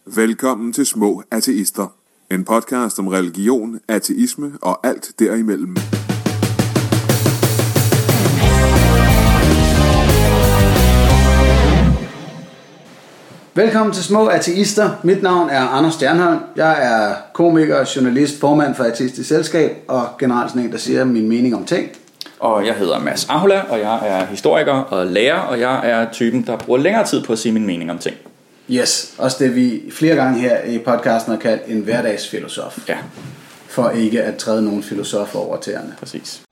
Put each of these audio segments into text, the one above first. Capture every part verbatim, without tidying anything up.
Velkommen til Små Ateister. En podcast om religion, ateisme og alt derimellem. Velkommen til Små Ateister. Mit navn er Anders Stjernholm. Jeg er komiker, journalist, formand for Ateistisk Selskab og generelt sådan en, der siger min mening om ting. Og jeg hedder Mads Ahola, og jeg er historiker og lærer, og jeg er typen, der bruger længere tid på at sige min mening om ting. Yes, også det vi flere gange her i podcasten har kaldt en hverdagsfilosof. Ja. For ikke at træde nogen filosofer over tæerne. Præcis.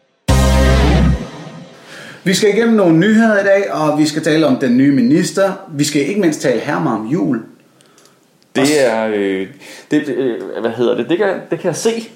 Vi skal igennem nogle nyheder i dag, og vi skal tale om den nye minister. Vi skal ikke mindst tale hermer om jul. Det er, øh, det, øh, hvad hedder det, det kan, det kan jeg se.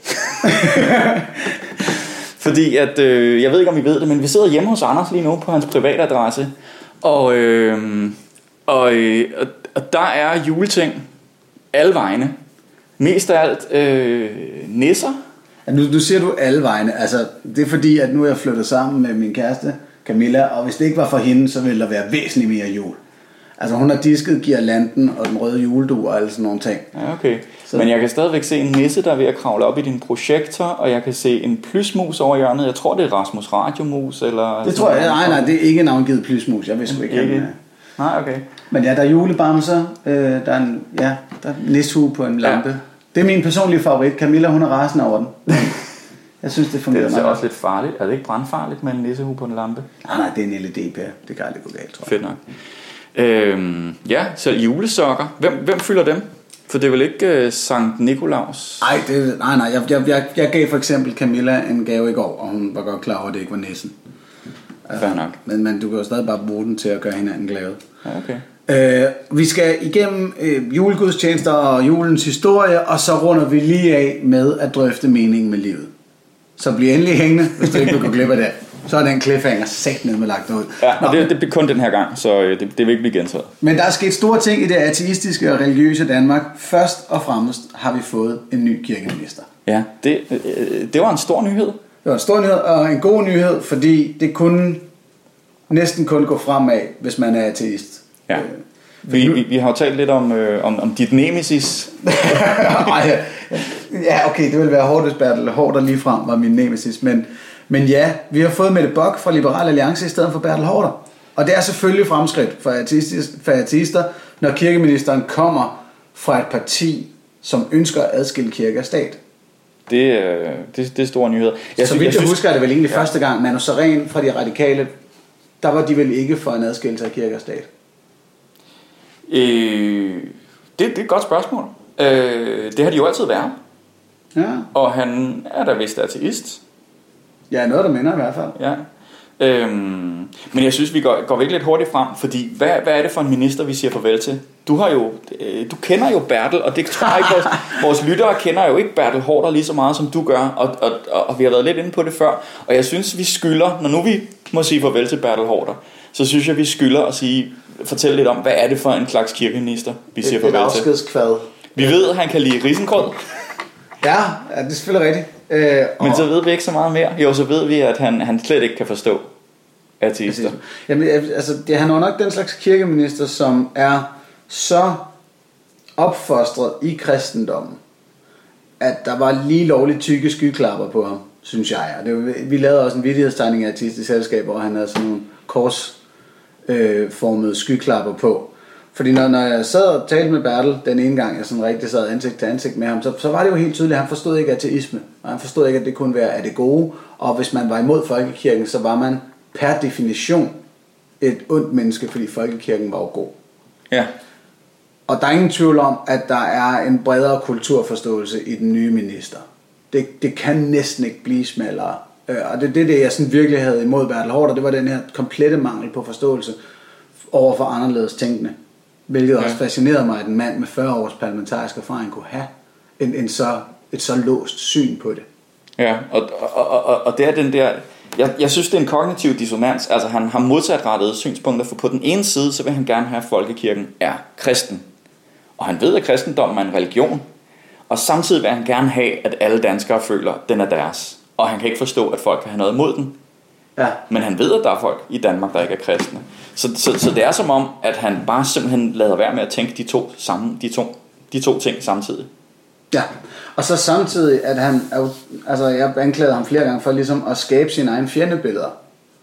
Fordi at, øh, jeg ved ikke om I ved det, men vi sidder hjemme hos Anders lige nu på hans privatadresse. Og, øh, og, øh, og der er juleting alle vegne. Mest af alt øh, nisser. Ja, nu, nu siger du alle vegne. Altså, det er fordi, at nu er jeg flyttet sammen med min kæreste Camilla, og hvis det ikke var for hende, så ville der være væsentligt mere jul. Altså hun har disket girlanden og den røde juledug og alle sådan nogle ting. Ja, okay. Så. Men jeg kan stadigvæk se en nisse, der er ved at kravle op i din projektor, og jeg kan se en plysmus over hjørnet. Jeg tror, det er Rasmus Radiomus, eller... Det tror jeg, nej, nej, det er ikke navngivet plysmus. Jeg vidste ikke, ikke. Nej, okay. Men ja, der er julebamser, øh, der er en, ja, der er nishue på en lampe. Ja. Det er min personlige favorit. Camilla, hun er rasende over den. Jeg synes, det fungerer meget. Det er meget også lidt farligt. Er det ikke brandfarligt med en nissehue på en lampe? Nej, nej, det er en L E D-pære. Det kan aldrig gå galt, tror jeg. Fedt nok. Øhm, ja, så julesokker. Hvem, hvem fylder dem? For det er vel ikke uh, Sankt Nikolaus? Ej, det, nej, nej. Jeg, jeg, jeg, jeg gav for eksempel Camilla en gave i går, og hun var godt klar over, at det ikke var nissen. Fair nok. Men, men du kan jo stadig bare bruge den til at gøre hinanden glade. Ja, okay. Øh, vi skal igennem øh, julegudstjenester og julens historie, og så runder vi lige af med at drøfte meningen med livet. Så bliv endelig hængende, hvis du ikke vil gå glip af det. Så er den cliffhanger sat ned med lagt ud. Ja, og det, det bliver kun den her gang, så det, det vil ikke blive gentaget. Men der er sket store ting i det ateistiske og religiøse Danmark. Først og fremmest har vi fået en ny kirkeminister. Ja, det, det var en stor nyhed. Det var en stor nyhed og en god nyhed, fordi det kunne næsten kun gå fremad, hvis man er ateist. Ja. Vi, vi, vi har jo talt lidt om, øh, om, om dit nemesis. Ja, okay, det ville være hårdt, hvis Bertel Haarder lige frem var min nemesis. Men, men ja, vi har fået Mette Bock fra Liberal Alliance i stedet for Bertel Haarder. Og det er selvfølgelig fremskridt for ateister, for ateister, når kirkeministeren kommer fra et parti, som ønsker at adskille kirke og stat. Det, det, det er store nyheder. Jeg så vidt jeg, jeg husker, er det vel egentlig ja. første gang, Manu Sareen fra de radikale, der var de vel ikke for en adskillelse af kirke og stat? Øh, det, det er et godt spørgsmål. Øh, det har de jo altid været. Ja. Og han er da vist ateist. Ja, noget der minder i hvert fald. Ja. Øhm, men jeg synes vi går, går virkelig lidt hurtigt frem. Fordi hvad, hvad er det for en minister vi siger farvel til? Du har jo øh, du kender jo Bertel, og det tror jeg ikke vores, vores lyttere kender jo ikke Bertel Haarder lige så meget som du gør, og, og, og, og vi har været lidt inde på det før. Og jeg synes vi skylder, når nu vi må sige farvel til Bertel Haarder, så synes jeg vi skylder at sige, fortælle lidt om, hvad er det for en slags kirkeminister vi siger farvel til. Et afskedskvad. Vi ved at han kan lide risengrød. Ja, ja, det er selvfølgelig rigtigt. Øh, Men så ved vi ikke så meget mere. Jo, så ved vi, at han, han slet ikke kan forstå ateister. Jamen, altså, det, han er nok den slags kirkeminister, som er så opfostret i kristendommen, at der var lige lovligt tykke skyklapper på ham, synes jeg. Og det, vi lavede også en vittighedstegning af Ateistisk Selskab, hvor han havde sådan nogle korsformede øh, skyklapper på. Fordi når, når jeg sad og talte med Bertel den ene gang, jeg sådan rigtig sad ansigt til ansigt med ham, så, så var det jo helt tydeligt, at han forstod ikke ateisme. Og han forstod ikke, at det kunne være af det gode. Og hvis man var imod folkekirken, så var man per definition et ondt menneske, fordi folkekirken var jo god. Ja. Og der er ingen tvivl om, at der er en bredere kulturforståelse i den nye minister. Det, det kan næsten ikke blive smallere. Og det er det, det, jeg sådan virkelig havde imod Bertel Haarder, det var den her komplette mangel på forståelse over for anderledes tænkende. Hvilket ja. også fascinerede mig, at en mand med fyrre års parlamentarisk erfaring kunne have en, en så, et så låst syn på det. Ja, og, og, og, og det er den der... Jeg, jeg synes, det er en kognitiv dissonans. Altså, han har modsatrettede synspunkter, for på den ene side, så vil han gerne have, at folkekirken er kristen. Og han ved, at kristendommen er en religion. Og samtidig vil han gerne have, at alle danskere føler, at den er deres. Og han kan ikke forstå, at folk kan have noget imod den. Ja. Men han ved, at der er folk i Danmark, der ikke er kristne. Så, så, så det er som om, at han bare simpelthen lader være med at tænke de to sammen, de to de to ting samtidig. Ja, og så samtidig, at han, altså jeg anklagede ham flere gange for ligesom at skabe sine egne fjendebilleder.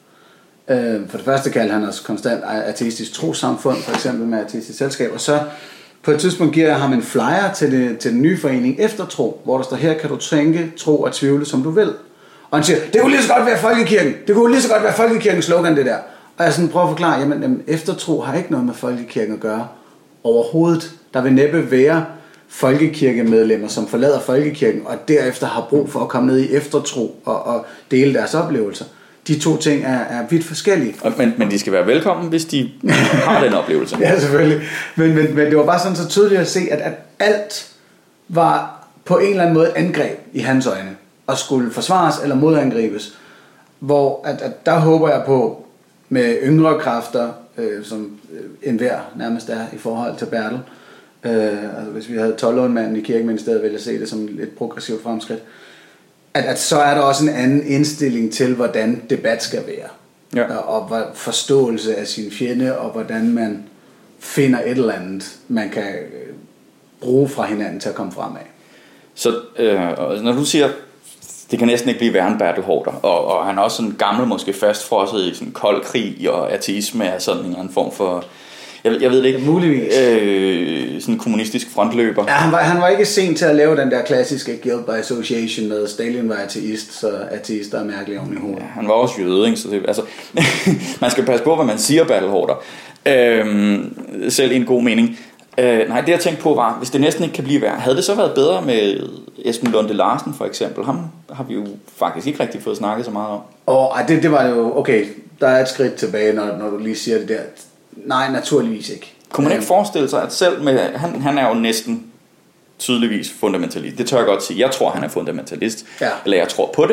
For det første kaldte han os konstant ateistisk trosamfund, for eksempel med ateistisk selskab, og så på et tidspunkt giver jeg ham en flyer til, det, til den nye forening Eftertro, hvor der står, her kan du tænke, tro og tvivle, som du vil. Og han siger, det kunne lige så godt være Folkekirken, det kunne lige så godt være Folkekirkens slogan, det der. Og jeg sådan prøver at forklare, jamen, jamen Eftertro har ikke noget med Folkekirken at gøre overhovedet. Der vil næppe være folkekirkemedlemmer, som forlader Folkekirken, og derefter har brug for at komme ned i Eftertro og, og dele deres oplevelser. De to ting er, er vidt forskellige. Men, men de skal være velkommen, hvis de har den oplevelse. Ja, selvfølgelig. Men, men, men det var bare sådan så tydeligt at se, at, at alt var på en eller anden måde et angreb i hans øjne, og skulle forsvares eller modangribes. Hvor at, at der håber jeg på, med yngre kræfter, øh, som øh, enhver nærmest er i forhold til Bertel. Øh, altså hvis vi havde tolv-årmanden i Kirkeministeriet, ville jeg se det som et progressivt fremskridt. At, at så er der også en anden indstilling til, hvordan debat skal være. Ja. Og, og forståelse af sin fjende, og hvordan man finder et eller andet, man kan øh, bruge fra hinanden til at komme fremad. Så øh, når du siger, det kan næsten ikke blive værre end Bertel Haarder, og, og han er også sådan gammel, måske fastfrosset i sådan kold krig, og ateisme er sådan en anden form for... Jeg, jeg ved det ikke. Muligvis. Øh, sådan en kommunistisk frontløber. Ja, han var, han var ikke sen til at lave den der klassiske guilt by association med Stalin var ateist, så ateister er mærkelige oven i hovedet. Ja, han var også jøde, ikke? Så det, altså, man skal passe på, hvad man siger, Bertel Haarder. Øh, selv i en god mening. Øh, nej, det jeg tænkte på var, hvis det næsten ikke kan blive værre, havde det så været bedre med Esben Lunde Larsen for eksempel? Ham har vi jo faktisk ikke rigtig fået snakket så meget om. Og det, det var jo, okay, der er et skridt tilbage, når, når du lige siger det der. Nej, naturligvis ikke. Kunne man ikke forestille sig, at selv med, han, han er jo næsten tydeligvis fundamentalist. Det tør jeg godt sige. Jeg tror, han er fundamentalist. Ja. Eller jeg tror på det.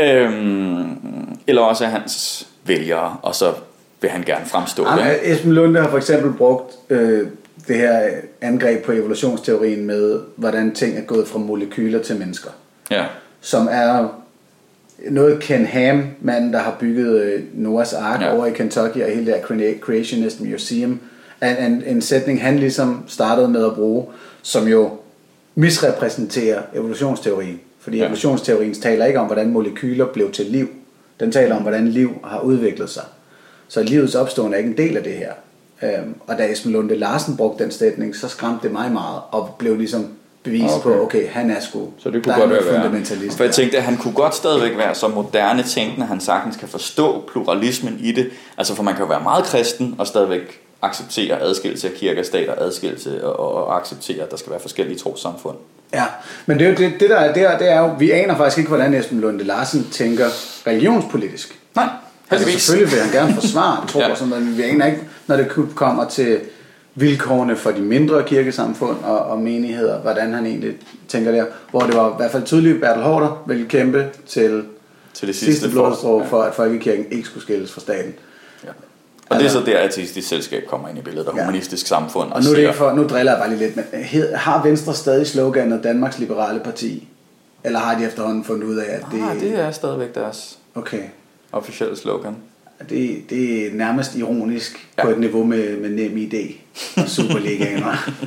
Øhm, eller også er hans vælgere, og så vil han gerne fremstå det. Ja, Esben Lunde har for eksempel brugt øh, det her angreb på evolutionsteorien med, hvordan ting er gået fra molekyler til mennesker. Ja. Som er noget Ken Ham, manden der har bygget Noahs Ark ja. over i Kentucky, og hele det her Creationist Museum, en, en, en sætning han ligesom startede med at bruge, som jo misrepræsenterer evolutionsteorien. Fordi ja. evolutionsteorien taler ikke om, hvordan molekyler blev til liv. Den taler om, hvordan liv har udviklet sig. Så livets opståen er ikke en del af det her. Øhm, og da Esben Lunde Larsen brugte den sætning, så skræmte det mig meget, og blev ligesom bevis okay. på, okay, han er sgu, så det kunne godt være fundamentalist. For jeg tænkte, at han kunne godt stadigvæk være så moderne tænkende, han sagtens kan forstå pluralismen i det. Altså, for man kan jo være meget kristen og stadigvæk acceptere adskillelse af kirke og stat, og adskillelse og, og acceptere, at der skal være forskellige trossamfund. Ja, men det er jo det, det der er der, det er jo, vi aner faktisk ikke, hvordan Esben Lunde Larsen tænker religionspolitisk. Nej, altså, selvfølgelig vil han gerne forsvare tro ja. og sådan noget, men vi aner ikke, når det kommer til vilkårene for de mindre kirkesamfund og, og menigheder, hvordan han egentlig tænker der, hvor det var i hvert fald tydeligt, at Bertel Haarder ville kæmpe til, til det sidste, sidste blodstrå for, ja. at folkekirken ikke skulle skilles fra staten. Ja. Og altså, det er så der, ateistisk selskab kommer ind i billedet, og ja. humanistisk samfund. Og, og nu, er det ikke for, nu driller jeg bare lige lidt, men har Venstre stadig sloganet Danmarks Liberale Parti? Eller har de efterhånden fundet ud af, at det... Nej, det er stadigvæk deres okay. officielle slogan. Det, det er nærmest ironisk ja. på et niveau med, med NemID og Superligaen.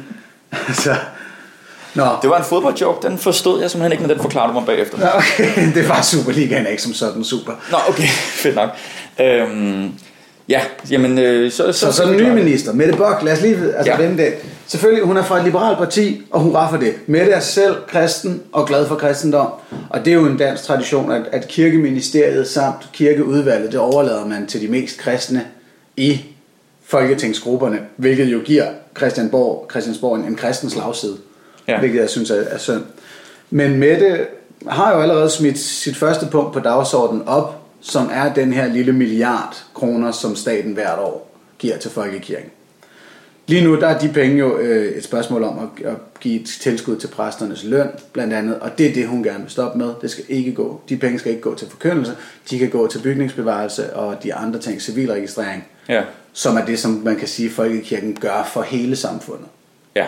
Så, nå. Det var en fodboldjoke, den forstod jeg simpelthen ikke, men den forklarede du mig bagefter. Nå, okay, det var Superligaen ikke som sådan super. Nå, okay, fedt nok. Øhm, ja, jamen... Øh, så, så, så, så den nye minister, Mette Bock, lad os lige altså, ja. vende det. Selvfølgelig, hun er fra et liberalt parti, og hun var for det. Mette er selv kristen og glad for kristendom. Og det er jo en dansk tradition, at, at kirkeministeriet samt kirkeudvalget, det overlader man til de mest kristne i folketingsgrupperne, hvilket jo giver Christiansborg, Christiansborg en, en kristen slagside, ja. hvilket jeg synes er, er synd. Men Mette har jo allerede smidt sit første punkt på dagsordenen op, som er den her lille milliard kroner, som staten hvert år giver til folkekirken. Lige nu der er de penge jo øh, et spørgsmål om at, at give et tilskud til præsternes løn, blandt andet, og det er det, hun gerne vil stoppe med. Det skal ikke gå. De penge skal ikke gå til forkyndelse, de kan gå til bygningsbevarelse og de andre ting, civilregistrering, ja. som er det, som man kan sige, folkekirken gør for hele samfundet. Ja.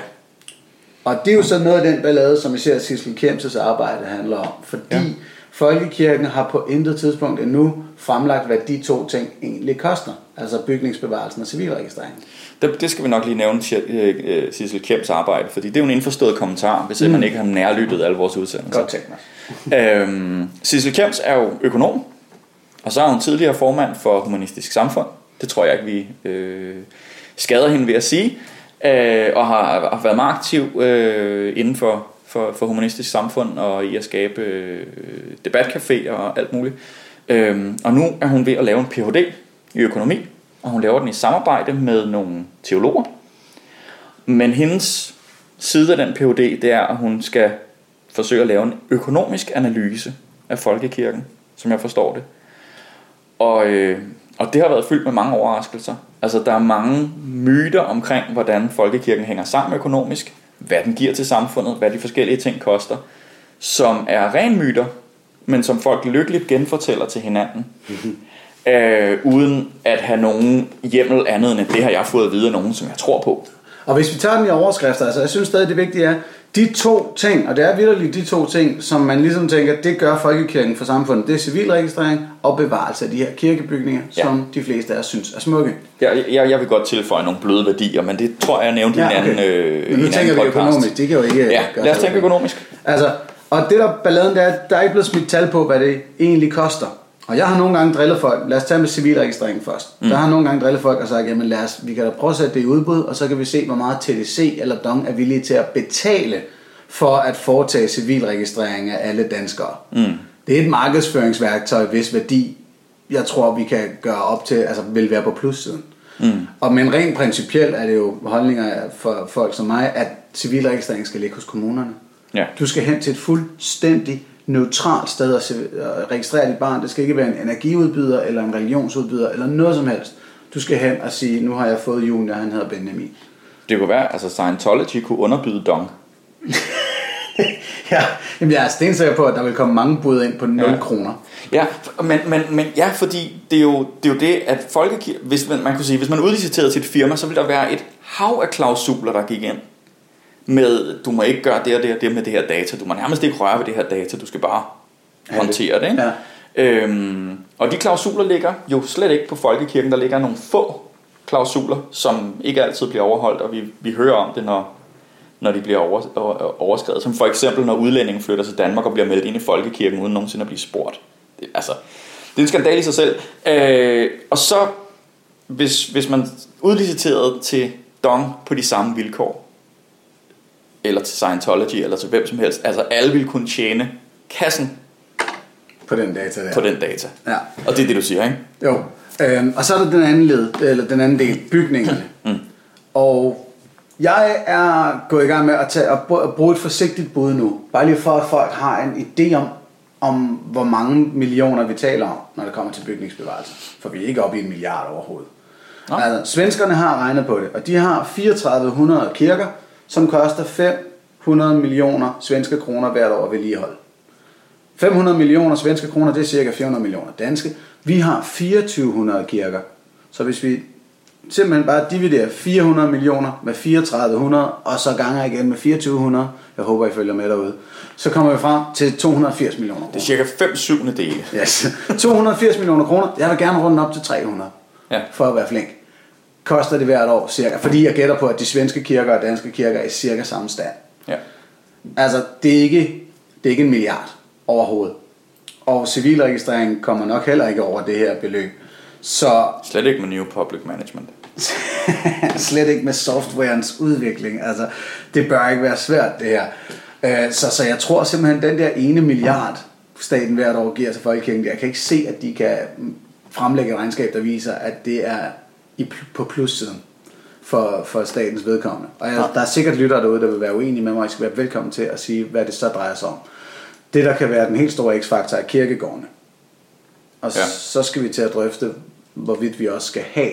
Og det er jo så noget af den ballade, som især Sissel Kjemses arbejde handler om, fordi ja. folkekirken har på intet tidspunkt endnu fremlagt, hvad de to ting egentlig koster. Altså bygningsbevarelsen og civilregistreringen. Det, det skal vi nok lige nævne Sissel Kjems arbejde, fordi det er jo en indforstået kommentar, hvis mm. man ikke har nærlyttet alle vores udsendelser. Godt tænkt mig. øhm, Sissel Kjems er jo økonom, og så er hun tidligere formand for Humanistisk Samfund. Det tror jeg ikke, vi øh, skader hende ved at sige, øh, og har, har været meget aktiv øh, inden for, for, for Humanistisk Samfund og i at skabe øh, debatcaféer og alt muligt. Øhm, og nu er hun ved at lave en P H D i økonomi, og hun laver den i samarbejde med nogle teologer. Men hendes side af den P H D, det er, at hun skal forsøge at lave en økonomisk analyse af folkekirken, som jeg forstår det. Og, øh, og det har været fyldt med mange overraskelser. Altså der er mange myter omkring, hvordan folkekirken hænger sammen økonomisk, hvad den giver til samfundet, hvad de forskellige ting koster, som er ren myter, men som folk lykkeligt genfortæller til hinanden. Mm-hmm. Øh, uden at have nogen hjemmel andet end, at det har jeg fået at vide af nogen, som jeg tror på. Og hvis vi tager den i overskrifter, altså jeg synes stadig det vigtige er, de to ting, og det er vitterligt de to ting, som man ligesom tænker, det gør folkekirken for samfundet, det er civilregistrering og bevarelse af de her kirkebygninger, ja. Som de fleste af os synes er smukke. Jeg, jeg, jeg vil godt tilføje nogle bløde værdier, men det tror jeg, jeg nævnte ja, okay. i en anden øh, Men nu tænker vi økonomisk, det kan jo ikke ja, gøre lad os tænke økonomisk. Altså, og det der balladen, det er, der er ikke blevet smidt tal på, hvad det egentlig koster. Og jeg har nogle gange drillet folk, lad os tage med civilregistrering først. Mm. Der har nogle gange drillet folk og sagt, jamen lad os, vi kan da prøve at sætte det i udbud, og så kan vi se, hvor meget T D C eller Dong er villige til at betale for at foretage civilregistrering af alle danskere. Mm. Det er et markedsføringsværktøj, hvis værdi, jeg tror, vi kan gøre op til, altså vil være på plussiden. Mm. Og men rent principielt er det jo holdninger for folk som mig, at civilregistrering skal ligge hos kommunerne. Ja. Du skal hen til et fuldstændig neutralt sted at registrere dit barn. Det skal ikke være en energiudbyder eller en religionsudbyder eller noget som helst. Du skal hen og sige, nu har jeg fået junior, han hedder Benjamin. Det kunne være, altså Scientology kunne underbyde Dong. Ja, jamen jeg er stensikker på, at der vil komme mange bud ind på nul ja. kroner. Ja, men, men, men ja, fordi det er jo det, er jo det at folkekirken, hvis man, man kunne sige, hvis man udliciterede til et firma, så ville der være et hav af klausuler, der gik ind med, du må ikke gøre det og det og det med det her data, du må nærmest ikke røre ved det her data, du skal bare ja, håndtere det, ikke? Ja. Øhm, og de klausuler ligger jo slet ikke på folkekirken. Der ligger nogle få klausuler, som ikke altid bliver overholdt, og vi, vi hører om det, når, når de bliver over, overskredet. Som for eksempel, når udlændingen flytter til Danmark og bliver meldt ind i folkekirken, uden nogensinde at blive spurgt. Det, altså, det er en skandal i sig selv. Øh, og så, hvis, hvis man udliciterede til Dong på de samme vilkår, eller til Scientology, eller til hvem som helst, altså alle ville kunne tjene kassen på den data der. På den data. Ja. Og det er det, du siger, ikke? Jo. Øhm, og så er der den anden led, eller den anden del, bygningerne. Mm. Og jeg er gået i gang med at, tage, at bruge et forsigtigt bud nu. Bare lige for, at folk har en idé om, om hvor mange millioner vi taler om, når det kommer til bygningsbevarelse. For vi er ikke oppe i en milliard overhovedet. Ja. Altså, svenskerne har regnet på det, og de har fireogtredive hundrede kirker, som koster fem hundrede millioner svenske kroner hvert år at vedligeholde. fem hundrede millioner svenske kroner, det er cirka fire hundrede millioner danske. Vi har fireogtyve hundrede kirker. Så hvis vi simpelthen bare dividerer fire hundrede millioner med fireogtredive hundrede, og så ganger igen med fireogtyve hundrede, jeg håber I følger med derude, så kommer vi frem til to hundrede og firs millioner kroner. Det er cirka fem syvende dele. Yes. to hundrede og firs millioner kroner. Jeg vil gerne runde op til tre hundrede, ja. For at være flink. Koster det hvert år cirka, fordi jeg gætter på, at de svenske kirker og danske kirker er i cirka samme stand. Ja. Altså, det er ikke, det er ikke en milliard overhovedet. Og civilregistreringen kommer nok heller ikke over det her beløb. Så slet ikke med New Public Management. Slet ikke med softwarens udvikling. Altså, det bør ikke være svært det her. Så, så jeg tror simpelthen, den der ene milliard staten hvert år giver til folkekirken, jeg kan ikke se, at de kan fremlægge et regnskab, der viser, at det er i, på plussiden for, for statens vedkommende. Og jeg, der er sikkert lyttere derude, der vil være uenige med mig, og I skal være velkommen til at sige, hvad det så drejer sig om. Det, der kan være den helt store x-faktor, er kirkegårdene. Og ja. Så skal vi til at drøfte, hvorvidt vi også skal have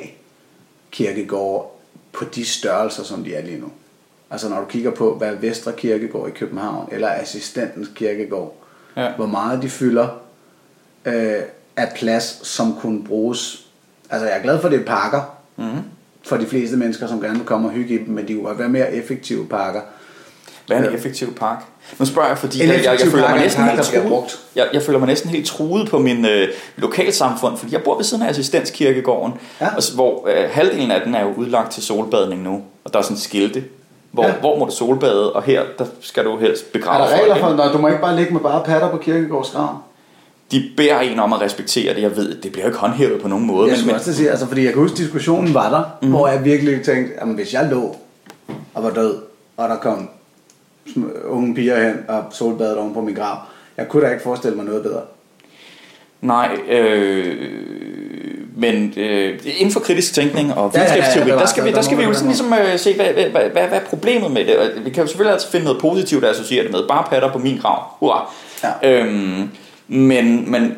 kirkegårde på de størrelser, som de er lige nu. Altså når du kigger på, hvad Vestre Kirkegård i København, eller Assistentens Kirkegård, ja. Hvor meget de fylder øh, af plads, som kunne bruges. Altså jeg er glad for, det er parker, mm-hmm. for de fleste mennesker, som gerne vil komme og hygge i dem, men de kunne være mere effektive parker. Hvad er en effektiv park? Nu spørger jeg, fordi En jeg, jeg, jeg, føler mig næsten park, helt truet. Jeg, jeg føler mig næsten helt truet på min øh, lokalsamfund, fordi jeg bor ved siden af Assistenskirkegården, ja. og, hvor øh, halvdelen af den er jo udlagt til solbadning nu, og der er sådan skilte, hvor, ja. hvor må du solbade, og her der skal du helst begrave. Er der regler for, når du må ikke bare ligge med bare patter på kirkegårds grav? De beder en om at respektere det. Jeg ved, det bliver jo ikke håndhævet på nogen måde. Jeg skulle også sige, altså, fordi jeg kan huske, diskussionen var der, mm. hvor jeg virkelig tænkte, jamen, hvis jeg lå og var død, og der kom unge piger hen og solbadede oven på min grav, jeg kunne da ikke forestille mig noget bedre. Nej, øh, men øh, inden for kritisk tænkning og videnskabsteori, ja, ja, ja, der skal vi, der skal vi jo sådan ligesom øh, se, hvad, hvad, hvad, hvad er problemet med det. Og vi kan jo selvfølgelig altid finde noget positivt at associere det med. Bare patter på min grav. Hurra. Ja. Øhm, men men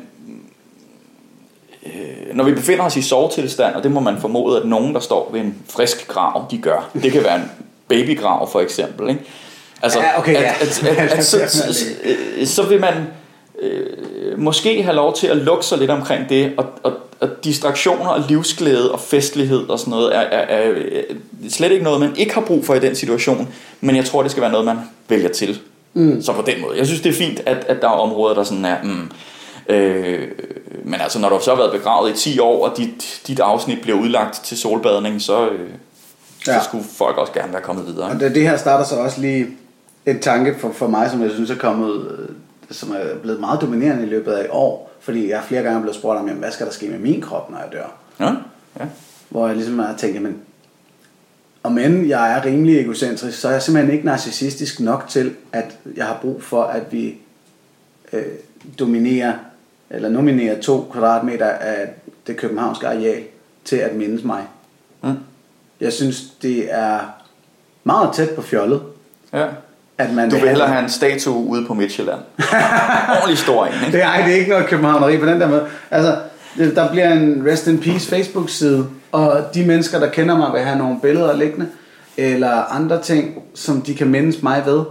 øh, når vi befinder os i sovetilstand, og det må man formode, at nogen, der står ved en frisk grav, de gør. Det kan være en babygrav for eksempel, ikke? Altså, ja, okay, ja. at, at, at, at, så, så, så, så vil man øh, måske have lov til at lukke sig lidt omkring det, og, og, og distraktioner og livsglæde og festlighed og sådan noget er, er, er, er slet ikke noget, man ikke har brug for i den situation, men jeg tror, det skal være noget, man vælger til. Mm. Så på den måde. Jeg synes, det er fint, at, at der er områder, der sådan er... Mm, øh, men altså, når du så har været begravet i ti år, og dit, dit afsnit bliver udlagt til solbadning, så, øh, ja. så skulle folk også gerne være kommet videre. Og det, det her starter så også lige en tanke for, for mig, som jeg synes er kommet... som er blevet meget dominerende i løbet af et år, fordi jeg flere gange er blevet spurgt om, jamen, hvad skal der ske med min krop, når jeg dør? Ja, ja. Hvor jeg ligesom har tænkt, jamen, om end jeg er rimelig egocentrisk, så er jeg simpelthen ikke narcissistisk nok til, at jeg har brug for, at vi øh, dominerer, eller nominerer to kvadratmeter af det københavnske areal til at mindes mig. Mm. Jeg synes, det er meget tæt på fjollet. Ja. At man du vil hellere have en statue ude på Midtjylland. Ordentlig stor en, ikke? Det er, det er ikke noget københavneri på den der måde. Altså, der bliver en Rest in Peace Facebook-side, og de mennesker, der kender mig, vil have nogle billeder liggende, eller andre ting, som de kan mindes mig ved.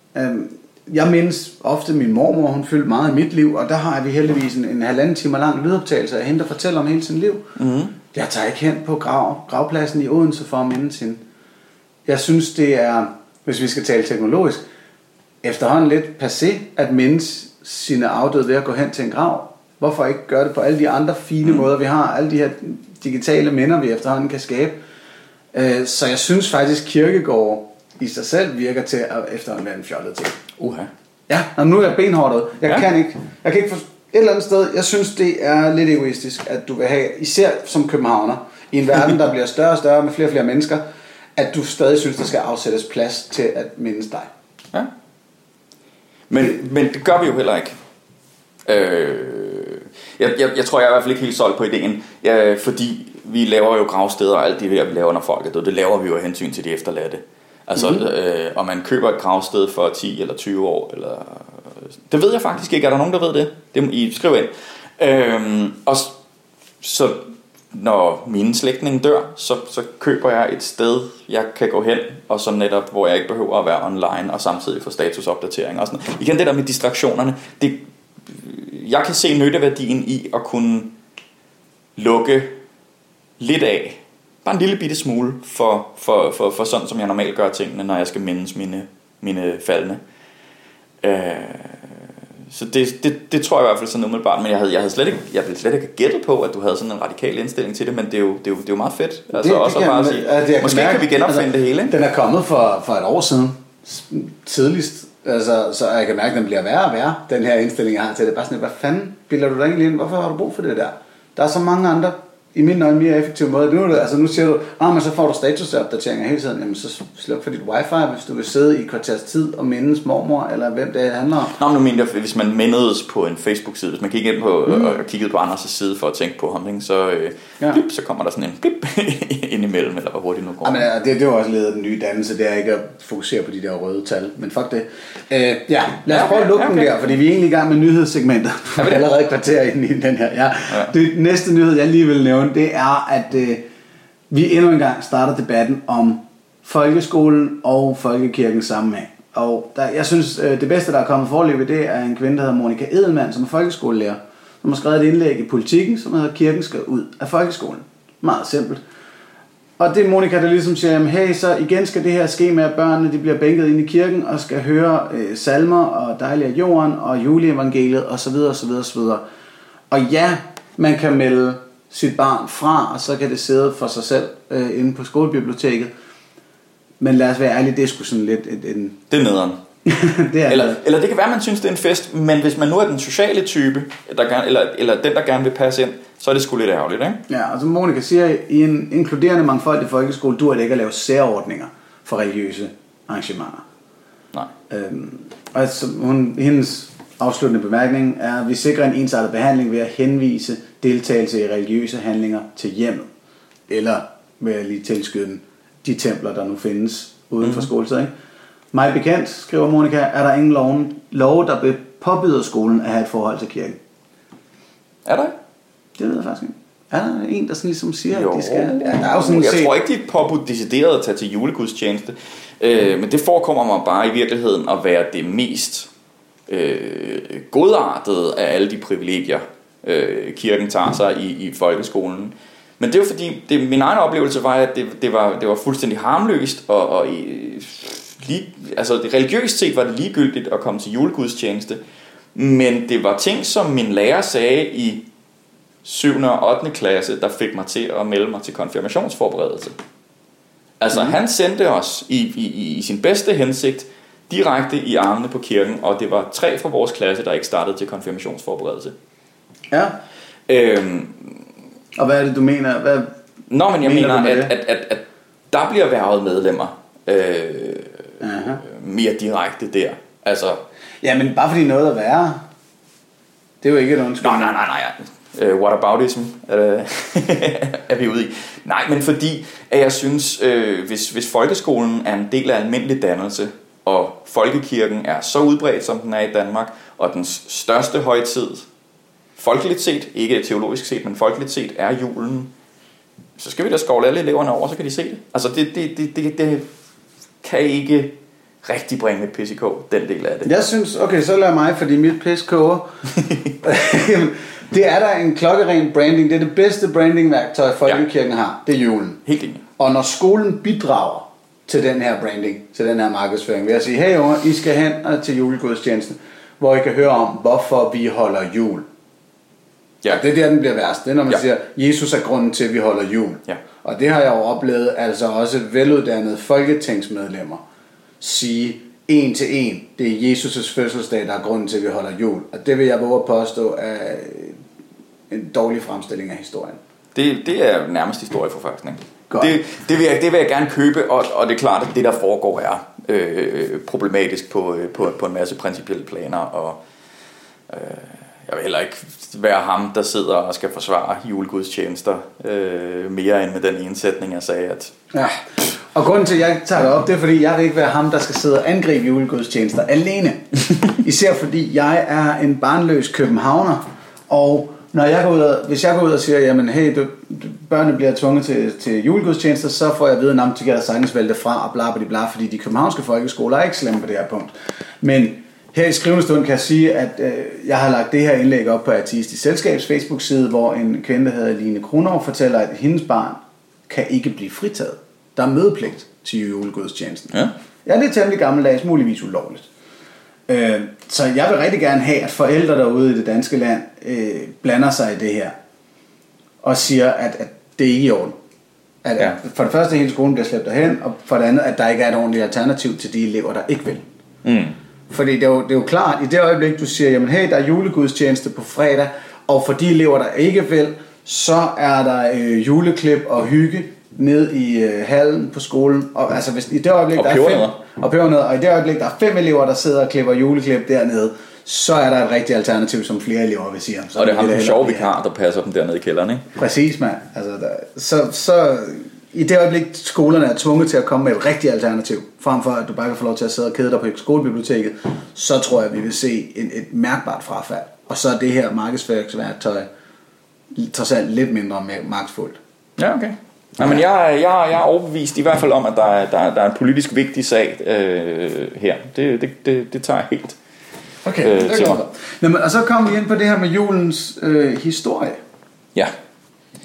Jeg mindes ofte min mormor, hun fyldte meget i mit liv, og der har vi heldigvis en, en halvanden time lang lydoptagelse af hende, der fortæller om hele sin liv. Mm-hmm. Jeg tager ikke hen på grav, gravpladsen i Odense for at mindes hende. Jeg synes, det er... hvis vi skal tale teknologisk, efterhånden lidt passé at mindes sine afdøde ved at gå hen til en grav. Hvorfor ikke gøre det på alle de andre fine mm. måder, vi har, alle de her digitale minder, vi efterhånden kan skabe. Så jeg synes faktisk, kirkegård i sig selv virker til at efterhånden være en fjollet ting. Uha. Ja, og nu er jeg benhårdt ud. Jeg ja. kan ikke, jeg kan ikke for, et eller andet sted, jeg synes det er lidt egoistisk, at du vil have, især som københavner, i en verden, der bliver større og større med flere og flere mennesker, at du stadig synes, der skal afsættes plads til at mindes dig. Ja. Men, men det gør vi jo heller ikke. Øh, jeg, jeg, jeg tror, jeg er i hvert fald ikke helt solgt på ideen. Ja, fordi vi laver jo gravsteder og alt det her, vi laver, når folk er døde. Det laver vi jo af hensyn til de efterladte. Altså, mm-hmm. øh, om man køber et gravsted for ti eller tyve år, eller... det ved jeg faktisk ikke. Er der nogen, der ved det? Det må I skrive ind. Øh, og så... når mine slægtninge dør, så, så køber jeg et sted, jeg kan gå hen, og som netop, hvor jeg ikke behøver at være online, og samtidig få statusopdateringer og sådan noget. Igen det der med distraktionerne, det, jeg kan se nytteværdien i at kunne lukke lidt af, bare en lille bitte smule, for, for, for, for sådan, som jeg normalt gør tingene, når jeg skal mindes mine, mine faldne. Øh, Så det, det, det tror jeg i hvert fald sådan umiddelbart. Men jeg havde, jeg havde slet ikke, jeg ville slet ikke have gættet på, at du havde sådan en radikal indstilling til det. Men det er jo, det er jo, det er jo meget fedt. Altså det, også det kan, at bare sige, at måske kan, kan vi genopfinde altså, det hele, ikke? Den er kommet for, for et år siden, tidligst. Altså, så jeg kan mærke, at den bliver værre og værre, den her indstilling, jeg har til det. Bare sådan, hvad fanden bilder du dig egentlig ind? Hvorfor har du brug for det der? Der er så mange andre, i min øjne, mere effektive måde. Nu, altså, nu siger du, ah, men så får du statusopdateringer hele tiden. Jamen, så sluk for dit wifi, hvis du vil sidde i kvarters tid og mindes mormor, eller hvem det handler om. Nå, men nu mener jeg, hvis man mindedes på en Facebook-side, hvis man kiggede ind på, mm. og kiggede på andres side for at tænke på ham, ikke? Så, øh, ja. blip, så kommer der sådan en blip indimellem, eller hvor hurtigt nu går. Jamen, det, det er jo også ledet den nye dannelse, det er ikke at fokusere på de der røde tal, men fuck det. Øh, ja, lad os prøve at lukke okay. den der, fordi vi er egentlig i gang med nyhedssegmentet. Ja, vi er allerede kvarter ind i den her. Ja. Ja. Det næste nyhed, jeg lige vil nævne, det er, at øh, vi endnu en gang starter debatten om folkeskolen og folkekirkens sammenhæng. Og der, jeg synes, øh, det bedste, der er kommet foreløbig, det er en kvinde, der hedder Monika Edelmann, som er folkeskolelærer, som har skrevet et indlæg i Politikken, som hedder "Kirken skal ud af folkeskolen". Meget simpelt. Og det er Monica, der ligesom siger, jamen hey, så igen skal det her ske med, at børnene de bliver bænket ind i kirken og skal høre øh, salmer og dejlig af jorden og juleevangeliet osv. osv. osv. Og ja, man kan melde sit barn fra, og så kan det sidde for sig selv øh, inde på skolebiblioteket. Men lad os være ærlige, det er sgu sådan lidt et, en... Det er nederen. det er eller, eller det kan være, at man synes, det er en fest, men hvis man nu er den sociale type, der gerne, eller, eller den, der gerne vil passe ind, så er det sgu lidt ærgerligt, ikke? Ja, og som Monica siger, i en inkluderende mangfoldig folkeskole, du er det ikke at lave særordninger for religiøse arrangementer. Nej. Øhm, og altså, hun, hendes afsluttende bemærkning er, at vi sikrer en ensartet behandling ved at henvise deltagelse i religiøse handlinger til hjemmet. Eller ved at lige tilskyde de templer, der nu findes uden mm-hmm. for skoletid. Mig bekendt, skriver Monica, er der ingen lov, lov der påbyder skolen at have et forhold til kirken. Er der ikke? Det ved jeg faktisk ikke. Er der en, der sådan ligesom siger, jo. at de skal... Ja, der er jo sådan jeg set... tror ikke, de er påbudt decideret at tage til julegudstjeneste. Øh, men det forekommer mig bare i virkeligheden at være det mest øh, godartede af alle de privilegier, øh, kirken tager sig i, i folkeskolen. Men det er jo fordi, det, min egen oplevelse var, at det, det, var, det var fuldstændig harmløst, og, og lige, altså det religiøst set var det ligegyldigt at komme til julegudstjeneste. Men det var ting, som min lærer sagde i syvende og ottende klasse, der fik mig til at melde mig til konfirmationsforberedelse. Altså mm. han sendte os i, i, i sin bedste hensigt direkte i armene på kirken, og det var tre fra vores klasse, der ikke startede til konfirmationsforberedelse. Ja. Øhm, og hvad er det, du mener? Hvad Nå, men jeg mener, mener, at, at, at, at der bliver hvervet medlemmer øh, mere direkte der. Altså, ja, men bare fordi noget er værre, det er jo ikke et undskyld. Nej, nej, nej, nej. Uh, whataboutism uh, er vi ude i. Nej, men fordi at jeg synes, uh, hvis, hvis folkeskolen er en del af almindelig dannelse, og folkekirken er så udbredt, som den er i Danmark, og den største højtid, folkeligt set, ikke teologisk set, men folkeligt set, er julen, så skal vi da skovle alle eleverne over, så kan de se det. Altså, det, det, det, det, det kan ikke rigtig bringe et pis i kog, den del af det. Jeg synes, okay, så lad mig, fordi mit pis koger. Det er der en klokkeren branding. Det er det bedste brandingværktøj, folkekirken ja. har. Det er julen. Helt enig. Og når skolen bidrager til den her branding, til den her markedsføring, vil jeg sige, hey over, I skal hen til julegudstjenesten, hvor I kan høre om, hvorfor vi holder jul. Ja. Og det er der, den bliver værst. Det er, når man ja. siger, Jesus er grunden til, at vi holder jul. Ja. Og det har jeg jo oplevet, altså også veluddannede folketingsmedlemmer sige en til en, det er Jesus' fødselsdag, der er grunden til, at vi holder jul. Og det vil jeg våge at påstå er en dårlig fremstilling af historien. Det, det er nærmest historieforfalskning. Det, det, vil jeg, det vil jeg gerne købe, og, og det er klart, at det der foregår er øh, problematisk på, på, på en masse principielle planer, og øh, jeg vil heller ikke være ham, der sidder og skal forsvare julegudstjenester øh, mere end med den ene sætning, jeg sagde. At ja. Og grunden til, at jeg tager det op, det er, fordi jeg vil ikke være ham, der skal sidde og angribe julegudstjenester alene. Især fordi jeg er en barnløs københavner, og når jeg går ud og, hvis jeg går ud og siger, jamen hey, du, du, børnene bliver tvunget til, til julegudstjenester, så får jeg at vide, at de kan da sagtens vælge fra og bla bla bla, fordi de københavnske folkeskoler er ikke slemme på det her punkt. Men her i skrivende stund kan jeg sige, at øh, jeg har lagt det her indlæg op på Ateistisk Selskabs Facebook-side, hvor en kvinde, der hedder Line Kronov, fortæller, at hendes barn kan ikke blive fritaget. Der er mødepligt til julegudstjenesten. Ja. Jeg er lidt temmelig gammeldags, muligvis ulovligt. Øh, så jeg vil rigtig gerne have, at forældre derude i det danske land øh, blander sig i det her. Og siger, at, at det er ikke i orden. At, ja. at for det første, hele skolen bliver slæbt derhen, og for det andet, at der ikke er et ordentligt alternativ til de elever, der ikke vil. Mm. Fordi det er, jo, det er jo klart, i det øjeblik, du siger, jamen hey, der er julegudstjeneste på fredag, og for de elever, der ikke vil, så er der øh, juleklip og hygge ned i øh, hallen på skolen. Og altså, hvis i det øjeblik, og der er fem, og pebernødder, og i det øjeblik, der er fem elever, der sidder og klipper juleklip dernede, så er der et rigtigt alternativ, som flere elever vil sige. Så og det er ham den sjove vikar, der passer dem dernede i kælderen, ikke? Præcis, mand. Altså, der, så, så i det øjeblik, skolerne er tvunget til at komme med et rigtigt alternativ, frem for at du bare kan få lov til at sidde og kede dig på skolebiblioteket, så tror jeg, at vi vil se en, et mærkbart frafald. Og så er det her markedsføringsværktøj trods alt lidt mindre magtfuldt. Ja, okay. Ja, men jeg, jeg, jeg er overbevist i hvert fald om, at der er, der, der er en politisk vigtig sag øh, her. Det, det, det, det tager jeg helt. Okay, øh, det er godt. Nå, men, og så kommer vi ind på det her med julens øh, historie. Ja.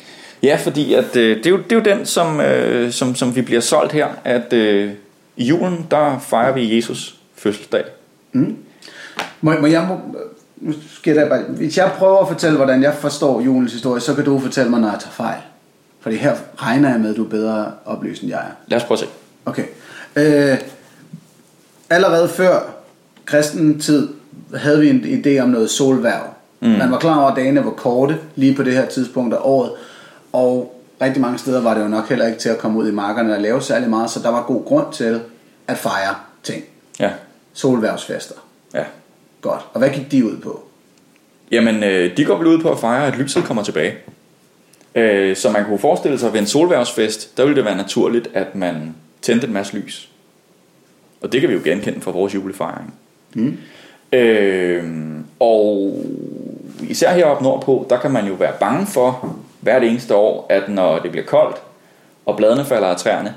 Ja, fordi at, øh, det, er jo, det er jo den, som, øh, som, som vi bliver solgt her, at øh, i julen, der fejrer vi Jesus fødselsdag. Mm. Må, må jeg... Må, nu skal jeg bare, hvis jeg prøver at fortælle, hvordan jeg forstår julens historie, så kan du fortælle mig, når jeg tager fejl. Fordi her regner jeg med, at du er bedre oplyst, end jeg er. Lad os prøve at se. Okay. Øh, allerede før kristen tid havde vi en idé om noget solhverv. Mm. Man var klar over, at dagene var korte lige på det her tidspunkt af året. Og rigtig mange steder var det jo nok heller ikke til at komme ud i markerne og lave særlig meget, så der var god grund til at fejre ting. Ja. Solhvervsfester. Ja. Godt. Og hvad gik de ud på? Jamen, øh, de går vel ud på at fejre, at lyset kommer tilbage. Øh, så man kunne forestille sig, at ved en solhvervsfest, der ville det være naturligt, at man tændte en masse lys. Og det kan vi jo genkende fra vores julefejring. Mm. Øh, og især heroppe nordpå, der kan man jo være bange for hvert eneste år, at når det bliver koldt, og bladene falder af træerne,